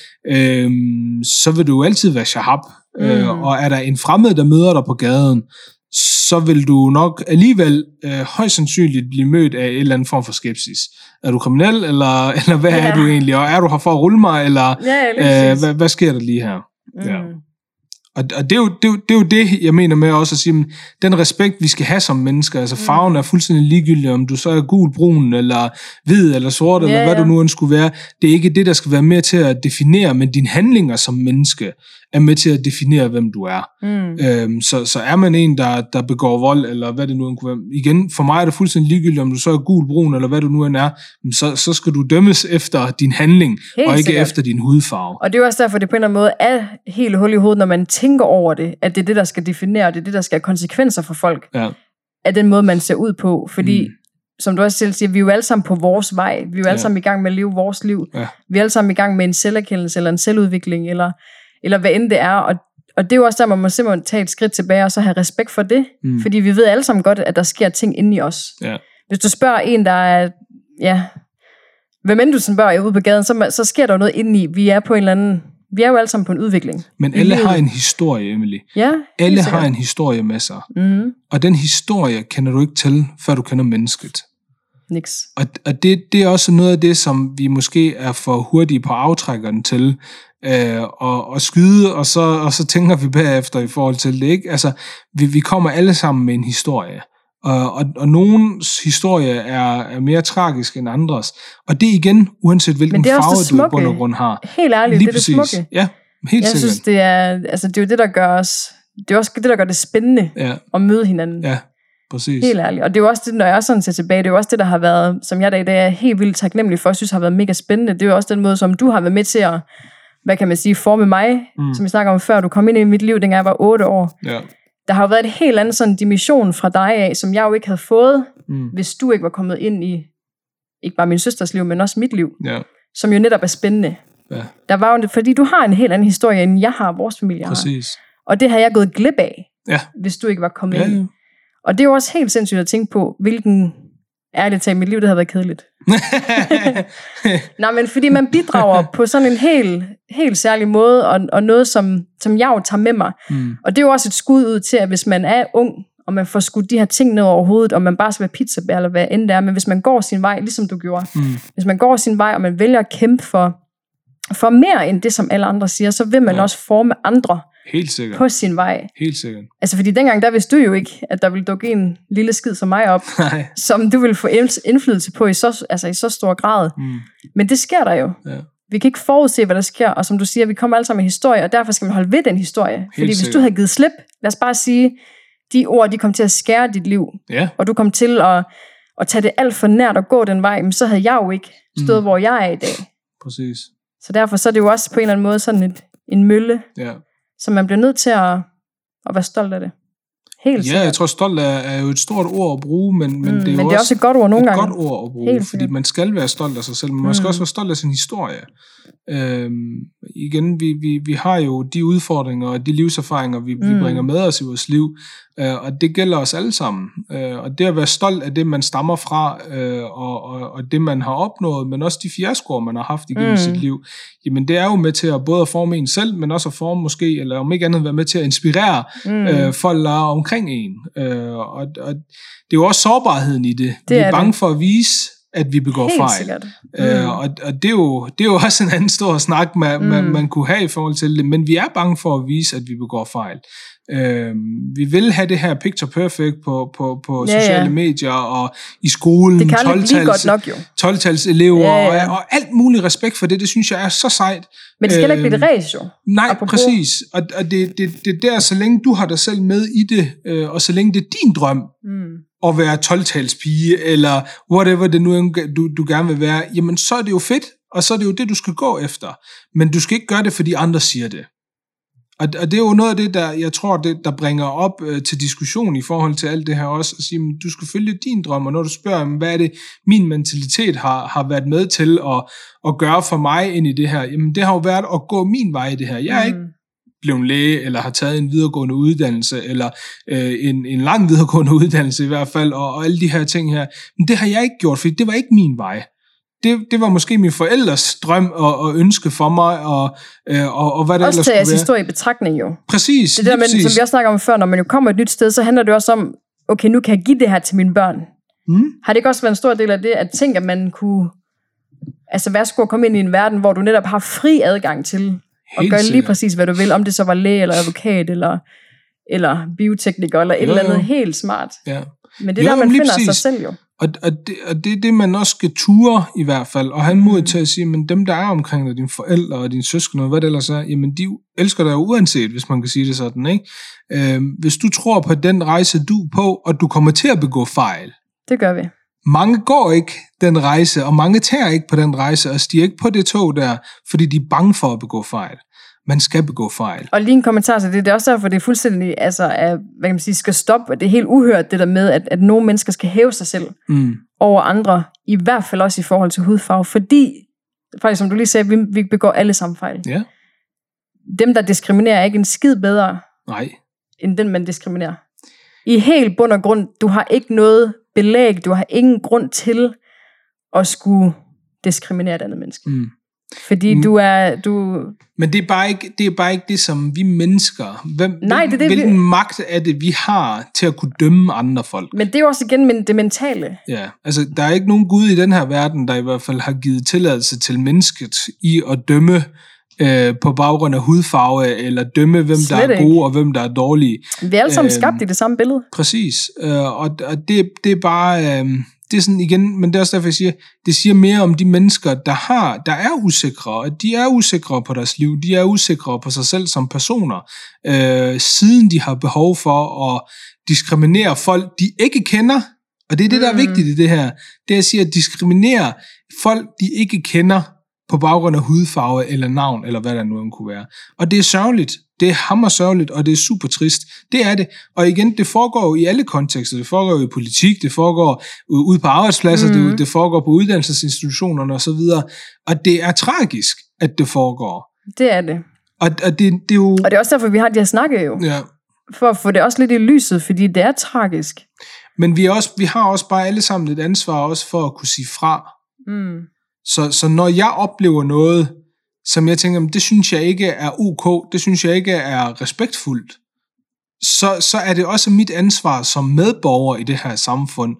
[SPEAKER 2] så vil du altid være shahab. Og er der en fremmed, der møder dig på gaden, så vil du nok alligevel højst sandsynligt blive mødt af en eller anden form for skepsis. Er du kriminel, eller hvad er du egentlig? Og er du her for at rulle mig, eller hvad sker der lige her? Ja. Og det er jo det, jeg mener med også at sige, den respekt, vi skal have som mennesker, altså farven er fuldstændig ligegyldig, om du så er gul, brun, eller hvid, eller sort, eller hvad du nu end skulle være. Det er ikke det, der skal være med til at definere, men dine handlinger som menneske er med til at definere, hvem du er. Så er man en, der begår vold, eller hvad det nu end kunne være. Igen, for mig er det fuldstændig ligegyldigt, om du så er gul, brun, eller hvad du nu end er, så skal du dømmes efter din handling, helt og ikke sikkert efter din hudfarve.
[SPEAKER 1] Og det er også derfor, det på en eller anden måde er helt hul i hovedet, når man tænker over det, at det er det, der skal definere, det er det, der skal have konsekvenser for folk, af den måde, man ser ud på. Fordi, som du også selv siger, vi er jo alle sammen på vores vej. Vi er jo alle sammen i gang med at leve vores liv. Vi er alle sammen i gang med en selverkendelse, eller en selvudvikling, eller hvad end det er. Og det er jo også der, man må simpelthen tage et skridt tilbage, og så have respekt for det. Fordi vi ved alle sammen godt, at der sker ting inde i os. Hvis du spørger en, der er, hvem end du spørger ude på gaden, så sker der jo noget inde i. Vi er jo alle sammen på en udvikling.
[SPEAKER 2] Men alle har en historie, Emily.
[SPEAKER 1] Ja,
[SPEAKER 2] alle har en historie med sig. Og den historie kender du ikke til, før du kender mennesket.
[SPEAKER 1] Niks.
[SPEAKER 2] Og det er også noget af det, som vi måske er for hurtige på aftrækkeren til at skyde, og så tænker vi bagefter i forhold til det, ikke? Altså, vi kommer alle sammen med en historie. Og nogens historie er mere tragisk end andres. Og det er igen, uanset hvilken farve du i bund og grund har.
[SPEAKER 1] Helt ærligt, det er det smukke.
[SPEAKER 2] Ja, helt sikkert.
[SPEAKER 1] Jeg synes, det er jo det, der gør os, det er også det, der gør det spændende at møde hinanden.
[SPEAKER 2] Ja, præcis.
[SPEAKER 1] Helt ærligt. Og det er jo også det, når jeg sådan ser tilbage, det er jo også det, der har været, som jeg i dag er helt vildt taknemmelig for, jeg synes har været mega spændende. Det er jo også den måde, som du har været med til at, hvad kan man sige, forme mig, som vi snakker om før, du kom ind i mit liv, dengang jeg var 8 år. Ja. Der har jo været et helt andet sådan dimension fra dig af, som jeg jo ikke havde fået, hvis du ikke var kommet ind i, ikke bare min søsters liv, men også mit liv, som jo netop er spændende. Ja. Der var jo, fordi du har en helt anden historie, end jeg har, vores familie har.
[SPEAKER 2] Præcis.
[SPEAKER 1] Og det har jeg gået glip af, hvis du ikke var kommet ind. Og det er jo også helt sindssygt at tænke på, hvilken, ærligt talt, mit liv, det havde været kedeligt. Nej, men fordi man bidrager på sådan en helt særlig måde, og noget, som jeg jo tager med mig. Og det er jo også et skud ud til, at hvis man er ung, og man får skudt de her ting ned over hovedet, og man bare skal være pizzabær, eller hvad end det er, men hvis man går sin vej, ligesom du gjorde, hvis man går sin vej, og man vælger at kæmpe for mere end det, som alle andre siger, så vil man også forme andre
[SPEAKER 2] Helt sikkert.
[SPEAKER 1] på sin vej.
[SPEAKER 2] Helt sikkert.
[SPEAKER 1] Altså, fordi dengang, der vidste du jo ikke, at der ville dukke en lille skid som mig op,
[SPEAKER 2] Nej.
[SPEAKER 1] som du ville få indflydelse på i så stor grad. Men det sker der jo.
[SPEAKER 2] Ja.
[SPEAKER 1] Vi kan ikke forudse, hvad der sker, og som du siger, vi kommer alle sammen med historie, og derfor skal man holde ved den historie. Fordi hvis
[SPEAKER 2] sikkert.
[SPEAKER 1] du havde givet slip, lad os bare sige, de ord, de kom til at skære dit liv,
[SPEAKER 2] Ja.
[SPEAKER 1] og du kom til at tage det alt for nært og gå den vej, men så havde jeg jo ikke stået, hvor jeg er i dag.
[SPEAKER 2] Præcis.
[SPEAKER 1] Så derfor så er det jo også på en eller anden måde sådan en mølle,
[SPEAKER 2] Ja.
[SPEAKER 1] som man bliver nødt til at være stolt af det. Helt
[SPEAKER 2] Ja,
[SPEAKER 1] sikkert.
[SPEAKER 2] jeg tror, stolt er jo et stort ord at bruge, men det er jo
[SPEAKER 1] men det er også et godt ord nogle gange.
[SPEAKER 2] Et godt ord at bruge,
[SPEAKER 1] Helt
[SPEAKER 2] fordi
[SPEAKER 1] sikkert.
[SPEAKER 2] man skal være stolt af sig selv, men man skal også være stolt af sin historie. Igen, vi har jo de udfordringer og de livserfaringer, vi bringer med os i vores liv, og det gælder os alle sammen. Og det at være stolt af det, man stammer fra, og det, man har opnået, men også de fiaskoer, man har haft igennem sit liv, jamen det er jo med til at både at forme en selv, men også at forme måske, eller om ikke andet være med til at inspirere folk, der er omkring en. Og det er jo også sårbarheden i det. Vi er bange for at vise, at vi begår
[SPEAKER 1] Helt
[SPEAKER 2] fejl.
[SPEAKER 1] sikkert.
[SPEAKER 2] Og det er jo også en anden stor snak, man kunne have i forhold til det, men vi er bange for at vise, at vi begår fejl. Vi vil have det her picture perfect på sociale medier og i skolen,
[SPEAKER 1] det kan aldrig blive godt nok, jo.
[SPEAKER 2] 12-tals elever og alt muligt respekt for det synes jeg er så sejt.
[SPEAKER 1] Men det skal ikke blive et ræs, jo.
[SPEAKER 2] Nej, præcis. Og det der, så længe du har dig selv med i det, og så længe det er din drøm, at være 12-talspige, eller whatever det nu du gerne vil være, jamen så er det jo fedt, og så er det jo det, du skal gå efter. Men du skal ikke gøre det, fordi andre siger det. Og det er jo noget af det, jeg tror, der bringer op til diskussion i forhold til alt det her også, at sige, du skal følge din drøm, og når du spørger, hvad er det, min mentalitet har været med til at gøre for mig ind i det her, jamen det har jo været at gå min vej i det her. Jeg er ikke blevet læge, eller har taget en videregående uddannelse, eller en lang videregående uddannelse i hvert fald, og alle de her ting her. Men det har jeg ikke gjort, for det var ikke min vej. Det var måske min forældres drøm og ønske for mig, og hvad det ellers skulle være.
[SPEAKER 1] Også til historie i betragtning jo.
[SPEAKER 2] Præcis.
[SPEAKER 1] Det der med, som vi også snakker om før, når man jo kommer et nyt sted, så handler det også om, okay, nu kan jeg give det her til mine børn. Har det ikke også været en stor del af det, at tænke, at man kunne, altså værsgo at komme ind i en verden, hvor du netop har fri adgang til at gøre lige præcis, hvad du vil, om det så var læge, eller advokat, eller biotekniker, eller et eller andet helt smart.
[SPEAKER 2] Ja.
[SPEAKER 1] Men det er der, man finder sig selv jo.
[SPEAKER 2] Og det er det, man også skal ture i hvert fald, og have mod til at sige, men dem, der er omkring dig, dine forældre og dine søskende, og hvad det ellers er, jamen de elsker dig uanset, hvis man kan sige det sådan, ikke? Hvis du tror på den rejse, du er på, og du kommer til at begå fejl.
[SPEAKER 1] Det gør vi.
[SPEAKER 2] Mange går ikke den rejse, og mange tager ikke på den rejse, og stiger ikke på det tog der, fordi de er bange for at begå fejl. Man skal begå fejl.
[SPEAKER 1] Og lige en kommentar til det, det er også derfor, det er fuldstændig, altså, hvad kan man sige, skal stoppe, det er helt uhørt, det der med, at nogle mennesker skal hæve sig selv over andre, i hvert fald også i forhold til hudfarve, fordi, faktisk som du lige sagde, vi begår alle sammen fejl.
[SPEAKER 2] Ja.
[SPEAKER 1] Dem, der diskriminerer, er ikke en skid bedre, end den, man diskriminerer. I helt bund og grund, du har ikke noget belæg, du har ingen grund til at skulle diskriminere et andet menneske. Fordi
[SPEAKER 2] Men det er bare ikke det, som vi mennesker... Hvilken magt er det, vi har til at kunne dømme andre folk?
[SPEAKER 1] Men det er jo også igen det mentale.
[SPEAKER 2] Ja, altså der er ikke nogen Gud i den her verden, der i hvert fald har givet tilladelse til mennesket i at dømme på baggrund af hudfarve, eller dømme, hvem der er gode og hvem der er dårlige.
[SPEAKER 1] Vi er alle sammen skabt i det samme billede.
[SPEAKER 2] Præcis. Og det er bare... Det er sådan igen, men det er også derfor, jeg siger, det siger mere om de mennesker, der er usikre, og de er usikre på deres liv, de er usikre på sig selv som personer, siden de har behov for at diskriminere folk, de ikke kender, og det er det, der er vigtigt i det her, det er at sige, at diskriminere folk, de ikke kender, på baggrund af hudfarve, eller navn, eller hvad der nu end kunne være. Og det er sørgeligt. Det er hammersørgeligt, og det er super trist. Det er det. Og igen, det foregår jo i alle kontekster. Det foregår jo i politik, det foregår ude på arbejdspladser, det foregår på uddannelsesinstitutionerne osv. Og det er tragisk, at det foregår.
[SPEAKER 1] Det er det.
[SPEAKER 2] Og det er jo...
[SPEAKER 1] Og det er også derfor, vi har de her snakke jo. Ja. For at få det også lidt i lyset, fordi det er tragisk.
[SPEAKER 2] Men vi har også bare alle sammen et ansvar også for at kunne sige fra. Så når jeg oplever noget, som jeg tænker, det synes jeg ikke er ok, det synes jeg ikke er respektfuldt, så er det også mit ansvar som medborger i det her samfund,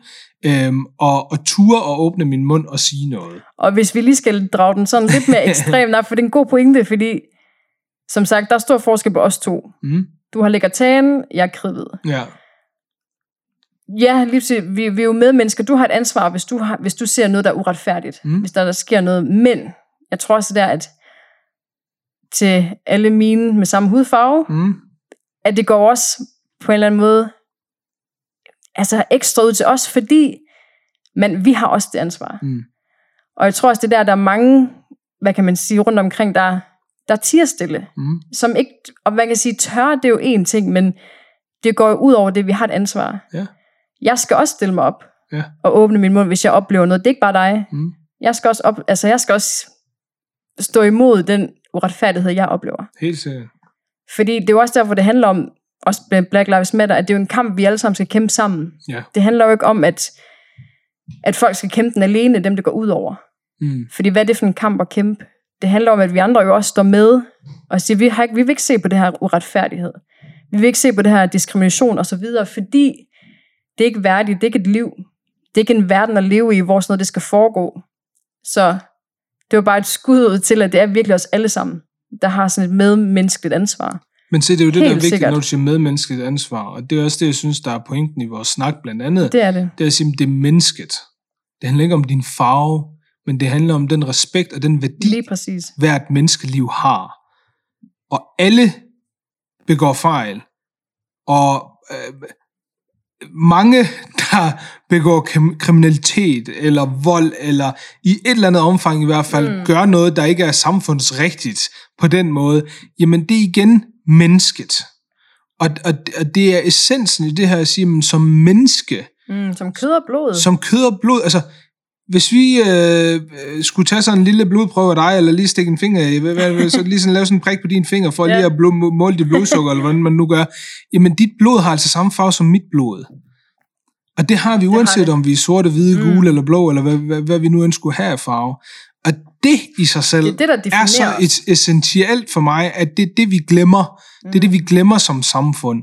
[SPEAKER 2] at ture og åbne min mund og sige noget.
[SPEAKER 1] Og hvis vi lige skal drage den sådan lidt mere ekstremt op, for det er en god pointe, fordi som sagt, der er stor forskel på os to. Du har lækkertagen, jeg er kridhvid.
[SPEAKER 2] Ja.
[SPEAKER 1] Ja, lige vi er jo medmennesker. Du har et ansvar, hvis du ser noget, der er uretfærdigt. Hvis der sker noget. Men jeg tror også, at til alle mine med samme hudfarve, at det går også på en eller anden måde ekstra ud til os, fordi vi har også det ansvar. Og jeg tror også, der er mange, hvad kan man sige, rundt omkring, der tier stille. Som ikke, og man kan sige, tør, det er jo én ting, men det går jo ud over det, vi har et ansvar.
[SPEAKER 2] Ja.
[SPEAKER 1] Jeg skal også stille mig op og åbne min mund, hvis jeg oplever noget. Det er ikke bare dig. Jeg skal også stå imod den uretfærdighed, jeg oplever.
[SPEAKER 2] Helt sikkert.
[SPEAKER 1] Fordi det er jo også derfor, det handler om, også med Black Lives Matter, at det er jo en kamp, vi alle sammen skal kæmpe sammen.
[SPEAKER 2] Ja.
[SPEAKER 1] Det handler jo ikke om, at folk skal kæmpe den alene, dem det går ud over. Fordi hvad er det for en kamp at kæmpe? Det handler om, at vi andre jo også står med og siger, vi vil ikke se på det her uretfærdighed. Vi vil ikke se på det her diskrimination osv., fordi det er ikke værdigt, det er ikke et liv. Det er ikke en verden at leve i, hvor sådan noget det skal foregå. Så det var bare et skud ud til, at det er virkelig os alle sammen, der har sådan et medmenneskeligt ansvar.
[SPEAKER 2] Men se, det er jo det, der er vigtigt,
[SPEAKER 1] sikkert.
[SPEAKER 2] når du siger medmenneskeligt ansvar, og det er også det, jeg synes, der er pointen i vores snak blandt andet.
[SPEAKER 1] Det er det.
[SPEAKER 2] Det er at sige, det er mennesket. Det handler ikke om din farve, men det handler om den respekt og den værdi,
[SPEAKER 1] lige præcis,
[SPEAKER 2] hvert menneskeliv har. Og alle begår fejl. Og mange, der begår kriminalitet eller vold, eller i et eller andet omfang i hvert fald, gør noget, der ikke er samfundsrigtigt på den måde, jamen det er igen mennesket. Og det er essensen i det her at sige, som menneske.
[SPEAKER 1] Som kød og blod.
[SPEAKER 2] Som kød og blod, altså hvis vi skulle tage sådan en lille blodprøve af dig, eller lige stikke en finger i, så lige sådan lave sådan en prik på din finger, for lige at måle dit blodsukker, eller hvordan man nu gør, jamen dit blod har altså samme farve som mit blod. Og det har vi uanset om vi er sorte, hvide, gule eller blå, eller hvad vi nu ønsker skulle have af farve. Og det i sig selv
[SPEAKER 1] det er
[SPEAKER 2] så essentielt for mig, at det er det, vi glemmer. Det er det, vi glemmer som samfund.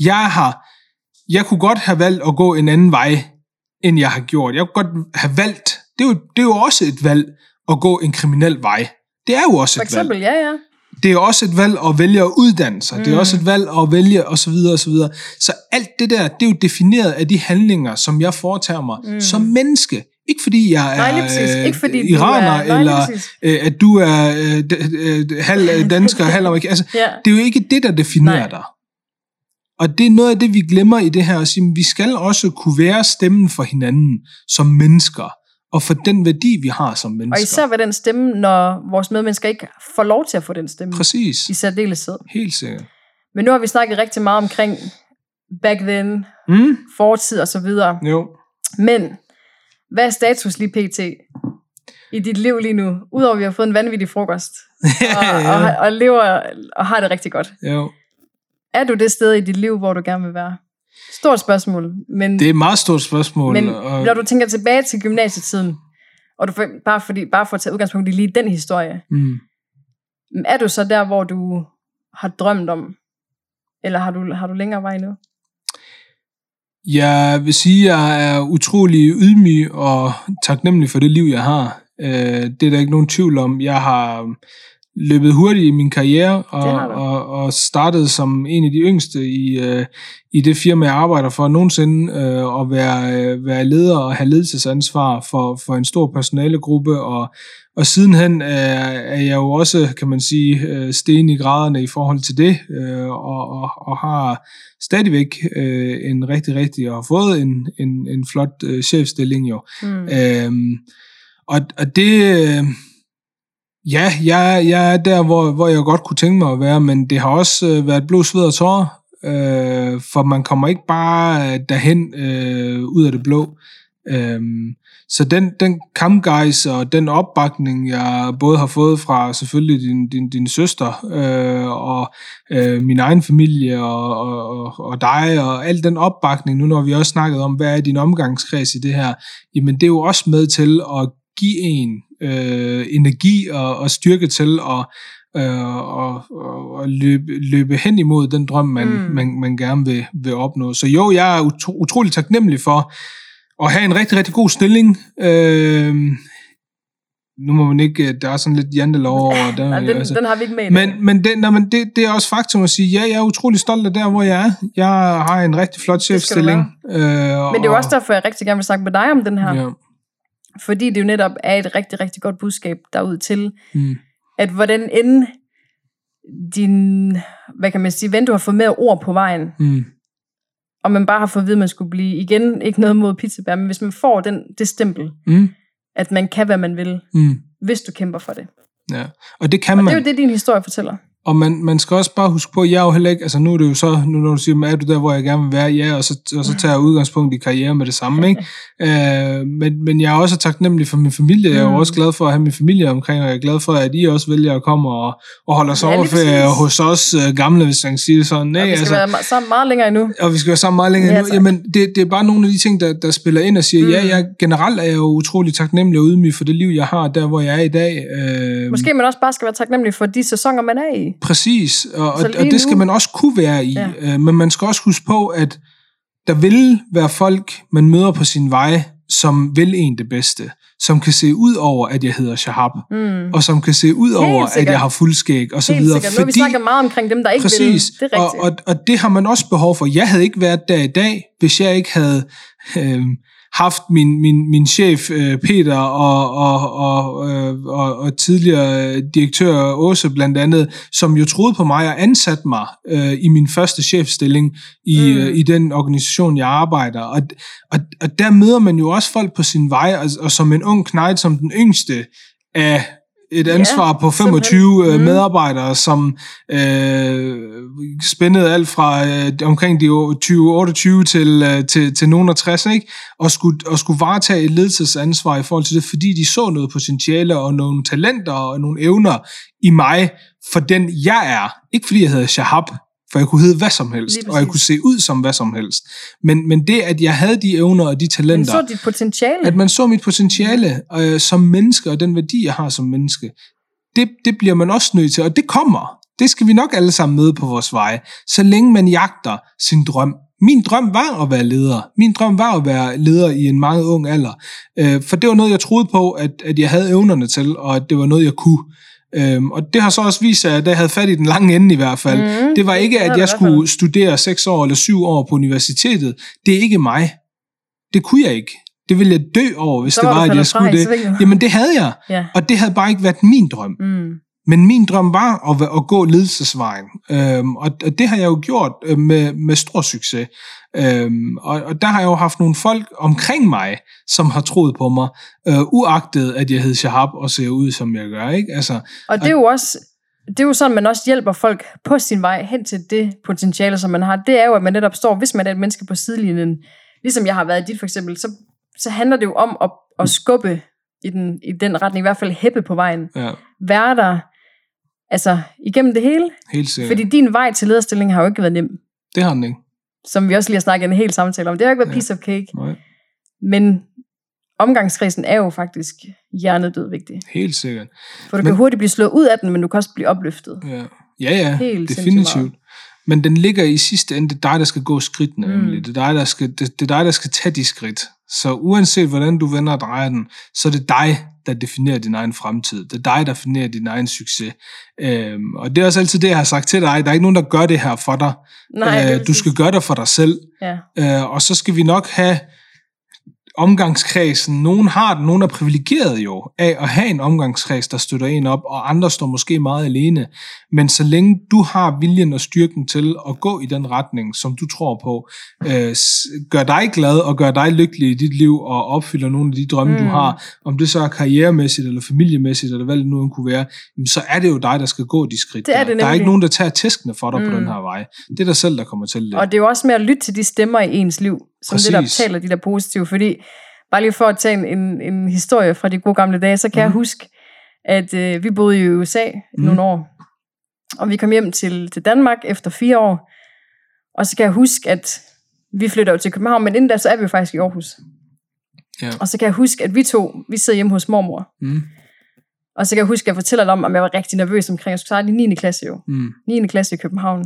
[SPEAKER 2] Jeg kunne godt have valgt at gå en anden vej, end jeg har gjort. Jeg kunne godt have valgt, det er jo også et valg at gå en kriminel vej. Det er jo også
[SPEAKER 1] for eksempel,
[SPEAKER 2] et valg.
[SPEAKER 1] Ja.
[SPEAKER 2] Det er også et valg at vælge at uddanne sig. Det er også et valg at vælge, og så videre, og så videre. Så alt det der, det er jo defineret af de handlinger, som jeg foretager mig som menneske. Ikke fordi jeg er ikke fordi iraner, eller at du er halv dansker, halv amerikaner. Altså, det er jo ikke det, der definerer dig. Og det er noget af det, vi glemmer i det her, at sige, vi skal også kunne være stemmen for hinanden som mennesker, og for den værdi, vi har som mennesker.
[SPEAKER 1] Og især ved den stemme, når vores medmennesker ikke får lov til at få den stemme.
[SPEAKER 2] Præcis.
[SPEAKER 1] I særdeleshed.
[SPEAKER 2] Helt sikkert.
[SPEAKER 1] Men nu har vi snakket rigtig meget omkring back then, fortid og så videre.
[SPEAKER 2] Jo.
[SPEAKER 1] Men hvad er status lige pt. I dit liv lige nu? Udover at vi har fået en vanvittig frokost, og lever og har det rigtig godt.
[SPEAKER 2] Jo.
[SPEAKER 1] Er du det sted i dit liv, hvor du gerne vil være? Stort spørgsmål. Men,
[SPEAKER 2] det er et meget stort spørgsmål.
[SPEAKER 1] Men når du tænker tilbage til gymnasietiden, og du bare for at tage udgangspunkt i lige den historie, er du så der, hvor du har drømt om, eller har du længere vej nu?
[SPEAKER 2] Jeg vil sige, at jeg er utrolig ydmyg og taknemmelig for det liv, jeg har. Det er der ikke nogen tvivl om. Jeg har løbet hurtigt i min karriere, og startede som en af de yngste i det firma, jeg arbejder for nogensinde, at være leder og have ledelsesansvar for en stor personalegruppe, og sidenhen er jeg jo også, kan man sige, sten i graderne i forhold til det, og har stadigvæk en rigtig, og har fået en flot chefstilling jo. Og det... Ja, jeg er der, hvor jeg godt kunne tænke mig at være, men det har også været blod, sved og tårer, for man kommer ikke bare derhen ud af det blå. Så den kampgejst og den opbakning, jeg både har fået fra selvfølgelig din søster og min egen familie og dig, og al den opbakning, nu når vi også snakket om, hvad er din omgangskreds i det her, jamen det er jo også med til at give en energi og styrke til at løbe hen imod den drøm, man gerne vil opnå. Så jo, jeg er utrolig taknemmelig for at have en rigtig, rigtig god stilling. nu må man ikke, der er sådan lidt jantelov over.
[SPEAKER 1] Nej, den har vi ikke med.
[SPEAKER 2] Men det er også faktum at sige, ja, jeg er utrolig stolt af der, hvor jeg er. Jeg har en rigtig flot chefstilling.
[SPEAKER 1] Men det er jo også derfor, jeg rigtig gerne vil snakke med dig om den her. Ja. Fordi det jo netop er et rigtig, rigtig godt budskab derud til, at hvordan end din, hvad kan man sige, ven du har fået mere ord på vejen, og man bare har fået at vide, at man skulle blive, igen, ikke noget mod pizzabær, men hvis man får det stempel, at man kan, hvad man vil, hvis du kæmper for det.
[SPEAKER 2] Ja, og det kan man.
[SPEAKER 1] Det er jo det, din historie fortæller.
[SPEAKER 2] Og man skal også bare huske på, at jeg er jo heller ikke, altså nu er det jo så, nu når du siger, er du der, hvor jeg gerne vil være, ja, og så tager jeg udgangspunkt i karriere med det samme, ikke? Men jeg er også taknemmelig for min familie, jeg er jo også glad for at have min familie omkring, og jeg er glad for, at I også vælger at komme og holde sommerferie hos os gamle, hvis man kan sige det sådan. Nej,
[SPEAKER 1] og vi skal være sammen meget længere endnu.
[SPEAKER 2] Og vi skal være sammen meget længere endnu. Jamen, det er bare nogle af de ting, der spiller ind og siger, jeg generelt er jeg jo utrolig taknemmelig og ydmyg for det liv, jeg har, der hvor jeg er i dag.
[SPEAKER 1] Måske man også bare skal være taknemmelig for de sæsoner, man er i.
[SPEAKER 2] Præcis, og det skal man også kunne være i, men man skal også huske på, at der vil være folk, man møder på sin vej, som vil en det bedste, som kan se ud over, at jeg hedder Shahab, og som kan se ud over, at jeg har fuldskæg, og så videre.
[SPEAKER 1] Fordi, nu vi snakker meget omkring dem, der ikke vil. Det er rigtigt.
[SPEAKER 2] Og det har man også behov for. Jeg havde ikke været der i dag, hvis jeg ikke havde haft min chef Peter og tidligere direktør Åse blandt andet, som jo troede på mig og ansatte mig i min første chefstilling i den organisation, jeg arbejder. Og der møder man jo også folk på sin vej, og som en ung knejt, som den yngste af et ansvar på 25 medarbejdere, som spændede alt fra omkring de 28 til nogen af 60, ikke? Og skulle varetage et ledelsesansvar i forhold til det, fordi de så noget potentiale og nogle talenter og nogle evner i mig, for den jeg er. Ikke fordi jeg hedder Shahab, for jeg kunne hedde hvad som helst, og jeg kunne se ud som hvad som helst. Men det, at jeg havde de evner og de talenter...
[SPEAKER 1] Man så dit potentiale.
[SPEAKER 2] At man så mit potentiale som menneske, og den værdi, jeg har som menneske, det bliver man også nødt til, og det kommer. Det skal vi nok alle sammen møde på vores veje, så længe man jagter sin drøm. Min drøm var at være leder. Min drøm var at være leder i en meget ung alder. For det var noget, jeg troede på, at jeg havde evnerne til, og at det var noget, jeg kunne. Og det har så også vist sig, at jeg havde fat i den lange ende i hvert fald. Det var ikke, at jeg skulle studere 6 år eller 7 år på universitetet. Det er ikke mig. Det kunne jeg ikke. Det ville jeg dø over, hvis det var, at jeg skulle det. Jamen det havde jeg. Ja. Og det havde bare ikke været min drøm. Men min drøm var at gå ledelsesvejen. Og det har jeg jo gjort med stor succes. Og der har jeg jo haft nogle folk omkring mig, som har troet på mig, uagtet at jeg hed Shahab og ser ud, som jeg gør. Ikke? Altså,
[SPEAKER 1] og det er jo også... Det er jo sådan, man også hjælper folk på sin vej hen til det potentiale, som man har. Det er jo, at man netop står, hvis man er et menneske på sidelinjen, ligesom jeg har været i dit for eksempel, så handler det jo om at skubbe i den retning, i hvert fald hæppe på vejen. Ja. Være der, altså igennem det hele.
[SPEAKER 2] Helt sikkert.
[SPEAKER 1] Fordi din vej til lederstilling har jo ikke været nem.
[SPEAKER 2] Det har den ikke.
[SPEAKER 1] Som vi også lige har snakket en hel samtale om. Det har ikke været piece of cake.
[SPEAKER 2] Nej.
[SPEAKER 1] Men omgangskredsen er jo faktisk hjernedød vigtig.
[SPEAKER 2] Helt sikkert.
[SPEAKER 1] For du kan hurtigt blive slået ud af den, men du kan også blive opløftet.
[SPEAKER 2] Ja, helt definitivt. Men den ligger i sidste ende, det er dig, der skal gå skridtene, nemlig. Det er dig, der skal tage de skridt. Så uanset hvordan du vender og drejer den, så er det dig, der definerer din egen fremtid. Det er dig, der definerer din egen succes. Og det er også altid det, jeg har sagt til dig. Der er ikke nogen, der gør det her for dig.
[SPEAKER 1] Nej,
[SPEAKER 2] du skal gøre det for dig selv. Ja. Og så skal vi nok have omgangskredsen. Nogen har den, nogen er privilegeret jo af at have en omgangskreds, der støtter en op, og andre står måske meget alene. Men så længe du har viljen og styrken til at gå i den retning, som du tror på, gør dig glad og gør dig lykkelig i dit liv, og opfylder nogle af de drømme, du har, om det så er karrieremæssigt eller familiemæssigt, eller hvad det nu kunne være, så er det jo dig, der skal gå de skridt. Der er ikke nogen, der tager tæskene for dig på den her vej. Det er dig selv, der kommer til det.
[SPEAKER 1] Og det er jo også med at lytte til de stemmer i ens liv, som det, der taler de der positive, fordi bare lige for at tage en historie fra de gode gamle dage, så kan jeg huske, at vi boede i USA nogle år, og vi kom hjem til Danmark efter 4 år, og så kan jeg huske, at vi flytter jo til København, men inden da, så er vi jo faktisk i Aarhus.
[SPEAKER 2] Ja.
[SPEAKER 1] Og så kan jeg huske, at vi sidder hjemme hos mormor, og så kan jeg huske, at jeg fortæller dig om, jeg var rigtig nervøs omkring, jeg skulle starte i 9. klasse jo. 9. klasse i København.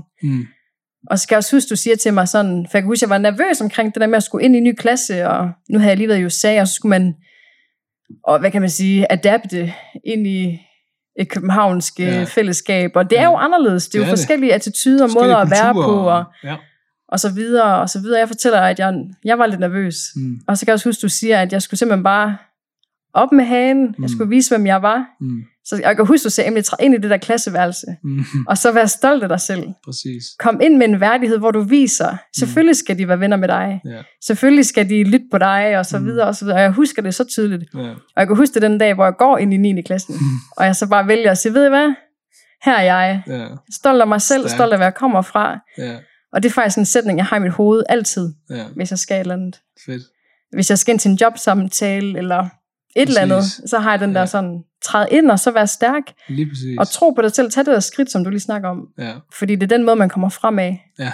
[SPEAKER 1] Og så kan jeg også huske, du siger til mig sådan, for jeg kan huske, jeg var nervøs omkring det der med at skulle ind i en ny klasse, og nu havde jeg lige været i USA, og så skulle man og hvad kan man sige, adapte ind i et københavnsk fællesskab. Og det er jo anderledes. Det er jo forskellige attityder, måder at være på, og så videre, og så videre. Jeg fortæller, at jeg var lidt nervøs. Og så kan jeg også huske, du siger, at jeg skulle simpelthen bare op med hagen. Jeg skulle vise, hvem jeg var. Så jeg kan huske, du sagde, at jeg træder ind i det der klasseværelse. Og så være stolt af dig selv.
[SPEAKER 2] Præcis.
[SPEAKER 1] Kom ind med en værdighed, hvor du viser, selvfølgelig skal de være venner med dig. Selvfølgelig skal de lytte på dig, og så videre, og så videre. Og jeg husker det så tydeligt. Og jeg kan huske det den dag, hvor jeg går ind i 9. klassen. Og jeg så bare vælger at sige, ved I hvad? Her er jeg. Stolt af mig selv, stolt af, hvad jeg kommer fra. Og det er faktisk en sætning, jeg har i mit hoved altid, hvis jeg skal et eller andet.
[SPEAKER 2] Fedt.
[SPEAKER 1] Hvis jeg skal ind til en jobsamtale, eller et eller andet, så har jeg den der sådan, træde ind og så være stærk. Lige præcis. Og tro på dig selv, tag det der skridt, som du lige snakker om. Fordi det er den måde, man kommer fremad.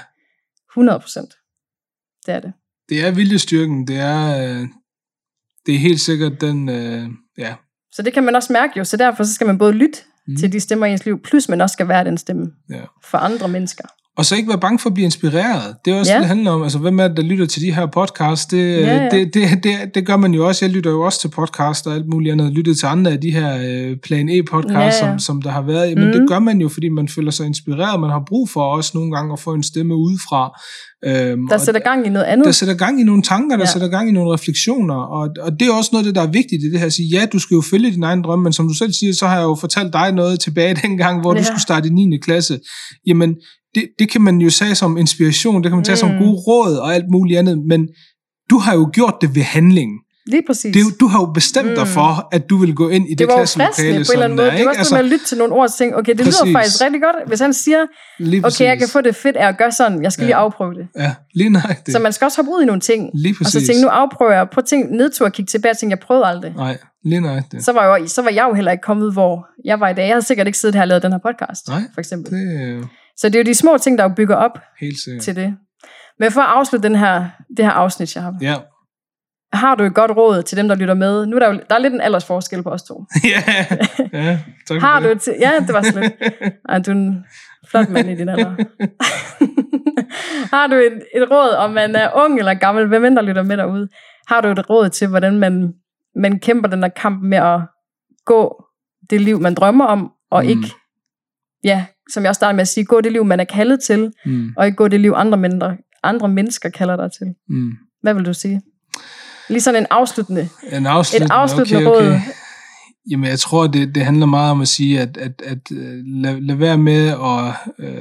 [SPEAKER 1] 100%. Det er det.
[SPEAKER 2] Det er viljestyrken, det er helt sikkert den,
[SPEAKER 1] Så det kan man også mærke jo, så derfor så skal man både lytte til de stemmer i ens liv, plus man også skal være den stemme for andre mennesker.
[SPEAKER 2] Og så ikke være bange for at blive inspireret. Det er også det handler om. Altså, hvem er det, der lytter til de her podcasts? Det gør man jo også. Jeg lytter jo også til podcasts og alt muligt andet. Lyttet til andre af de her Plan E-podcasts, som der har været. Men det gør man jo, fordi man føler sig inspireret. Man har brug for også nogle gange at få en stemme udefra.
[SPEAKER 1] Der sætter gang i noget andet.
[SPEAKER 2] Der sætter gang i nogle tanker, der sætter gang i nogle refleksioner. Og det er også noget af det, der er vigtigt i det her at sige, ja, du skal jo følge din egen drøm, men som du selv siger, så har jeg jo fortalt dig noget tilbage dengang, hvor du skulle starte i 9. klasse. Jamen, det kan man jo sige som inspiration, det kan man tage som gode råd og alt muligt andet, men du har jo gjort det ved handlingen.
[SPEAKER 1] Lige præcis.
[SPEAKER 2] Du har jo bestemt dig for, at du vil gå ind i det klasselokale.
[SPEAKER 1] Det var på en eller anden måde. Det var også med at lytte til nogle ord og tænke, okay, det lyder faktisk rigtig godt. Hvis han siger, okay, jeg kan få det fedt af at gøre sådan, jeg skal lige afprøve det.
[SPEAKER 2] Ja, lige nøjagtigt.
[SPEAKER 1] Så man skal også hoppe ud i nogle ting.
[SPEAKER 2] Lige præcis.
[SPEAKER 1] Og så tænke, nu afprøver jeg. Prøv at tænke nedtur og kigge tilbage og tænke, jeg prøvede aldrig.
[SPEAKER 2] Nej, lige nøjagtigt.
[SPEAKER 1] Så var jeg jo heller ikke kommet, hvor jeg var i dag. Jeg havde sikkert ikke siddet her og lavet den her podcast, for eksempel. Så det er jo de små ting, der jo bygger op til det. Men for at afslutte det her afsnit, jeg har. Har du et godt råd til dem, der lytter med? Nu er der er lidt en aldersforskel på os to. Tak har du det. Ja, det var slet. Ej, du er en flot mand i din alder. Har du et råd, om man er ung eller gammel, hvem end der lytter med derude? Har du et råd til, hvordan man kæmper den der kamp med at gå det liv, man drømmer om, og ikke, som jeg også startede med at sige, gå det liv, man er kaldet til, og ikke gå det liv, andre mennesker kalder dig til. Hvad vil du sige? Lige sådan et afsluttende råd.
[SPEAKER 2] Jamen, jeg tror, det handler meget om at sige, at lad være med at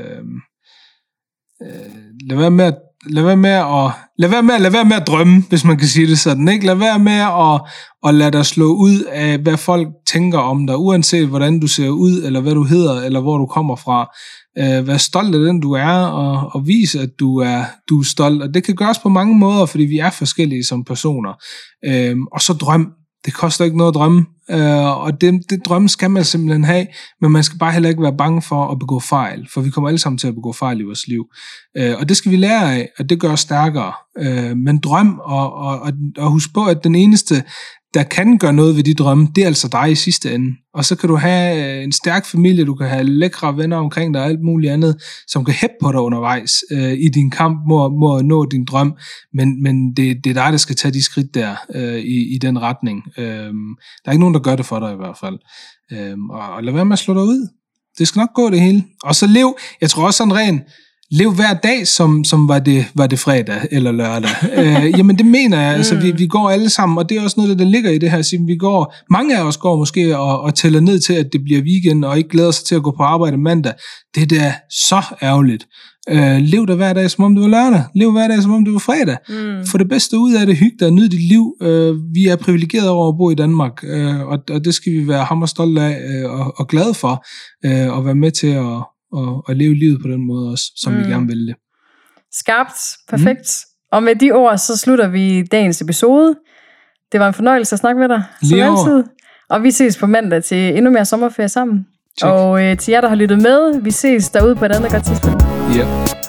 [SPEAKER 2] lad være med at drømme, hvis man kan sige det sådan, ikke? Lad være med at lade dig slå ud af, hvad folk tænker om dig, uanset hvordan du ser ud, eller hvad du hedder, eller hvor du kommer fra. Vær stolt af den, du er, og vise, at du er stolt. Og det kan gøres på mange måder, fordi vi er forskellige som personer. Og så drøm. Det koster ikke noget at drømme, og det drømme skal man simpelthen have, men man skal bare heller ikke være bange for at begå fejl, for vi kommer alle sammen til at begå fejl i vores liv. Og det skal vi lære af, og det gør os stærkere. Men drøm, og husk på, at den eneste, der kan gøre noget ved de drømme, det er altså dig i sidste ende. Og så kan du have en stærk familie, du kan have lækre venner omkring dig og alt muligt andet, som kan hæppe på dig undervejs i din kamp mod at nå din drøm. Men det er dig, der skal tage de skridt der i den retning. Der er ikke nogen, der gør det for dig i hvert fald. Og lad være med at slå dig ud. Det skal nok gå det hele. Og så lev, jeg tror også sådan lev hver dag, som var det fredag eller lørdag. Jamen det mener jeg, altså vi går alle sammen, og det er også noget, der ligger i det her. Vi går, mange af os går måske og tæller ned til, at det bliver weekend, og ikke glæder sig til at gå på arbejde mandag. Det er da så ærgerligt. Lev der hver dag, som om det var lørdag. Lev hver dag, som om det var fredag. Få det bedste ud af det, hygge dig og nyd dit liv. Vi er privilegerede over at bo i Danmark, og det skal vi være hammerstolte af og glade for, og være med til at leve livet på den måde også, som vi gerne vil det.
[SPEAKER 1] Skarpt, perfekt. Og med de ord, så slutter vi dagens episode. Det var en fornøjelse at snakke med dig, som altid. Og vi ses på mandag til endnu mere sommerferie sammen. Check. Og til jer, der har lyttet med, vi ses derude på et andet godt tidspunkt.
[SPEAKER 2] Ja.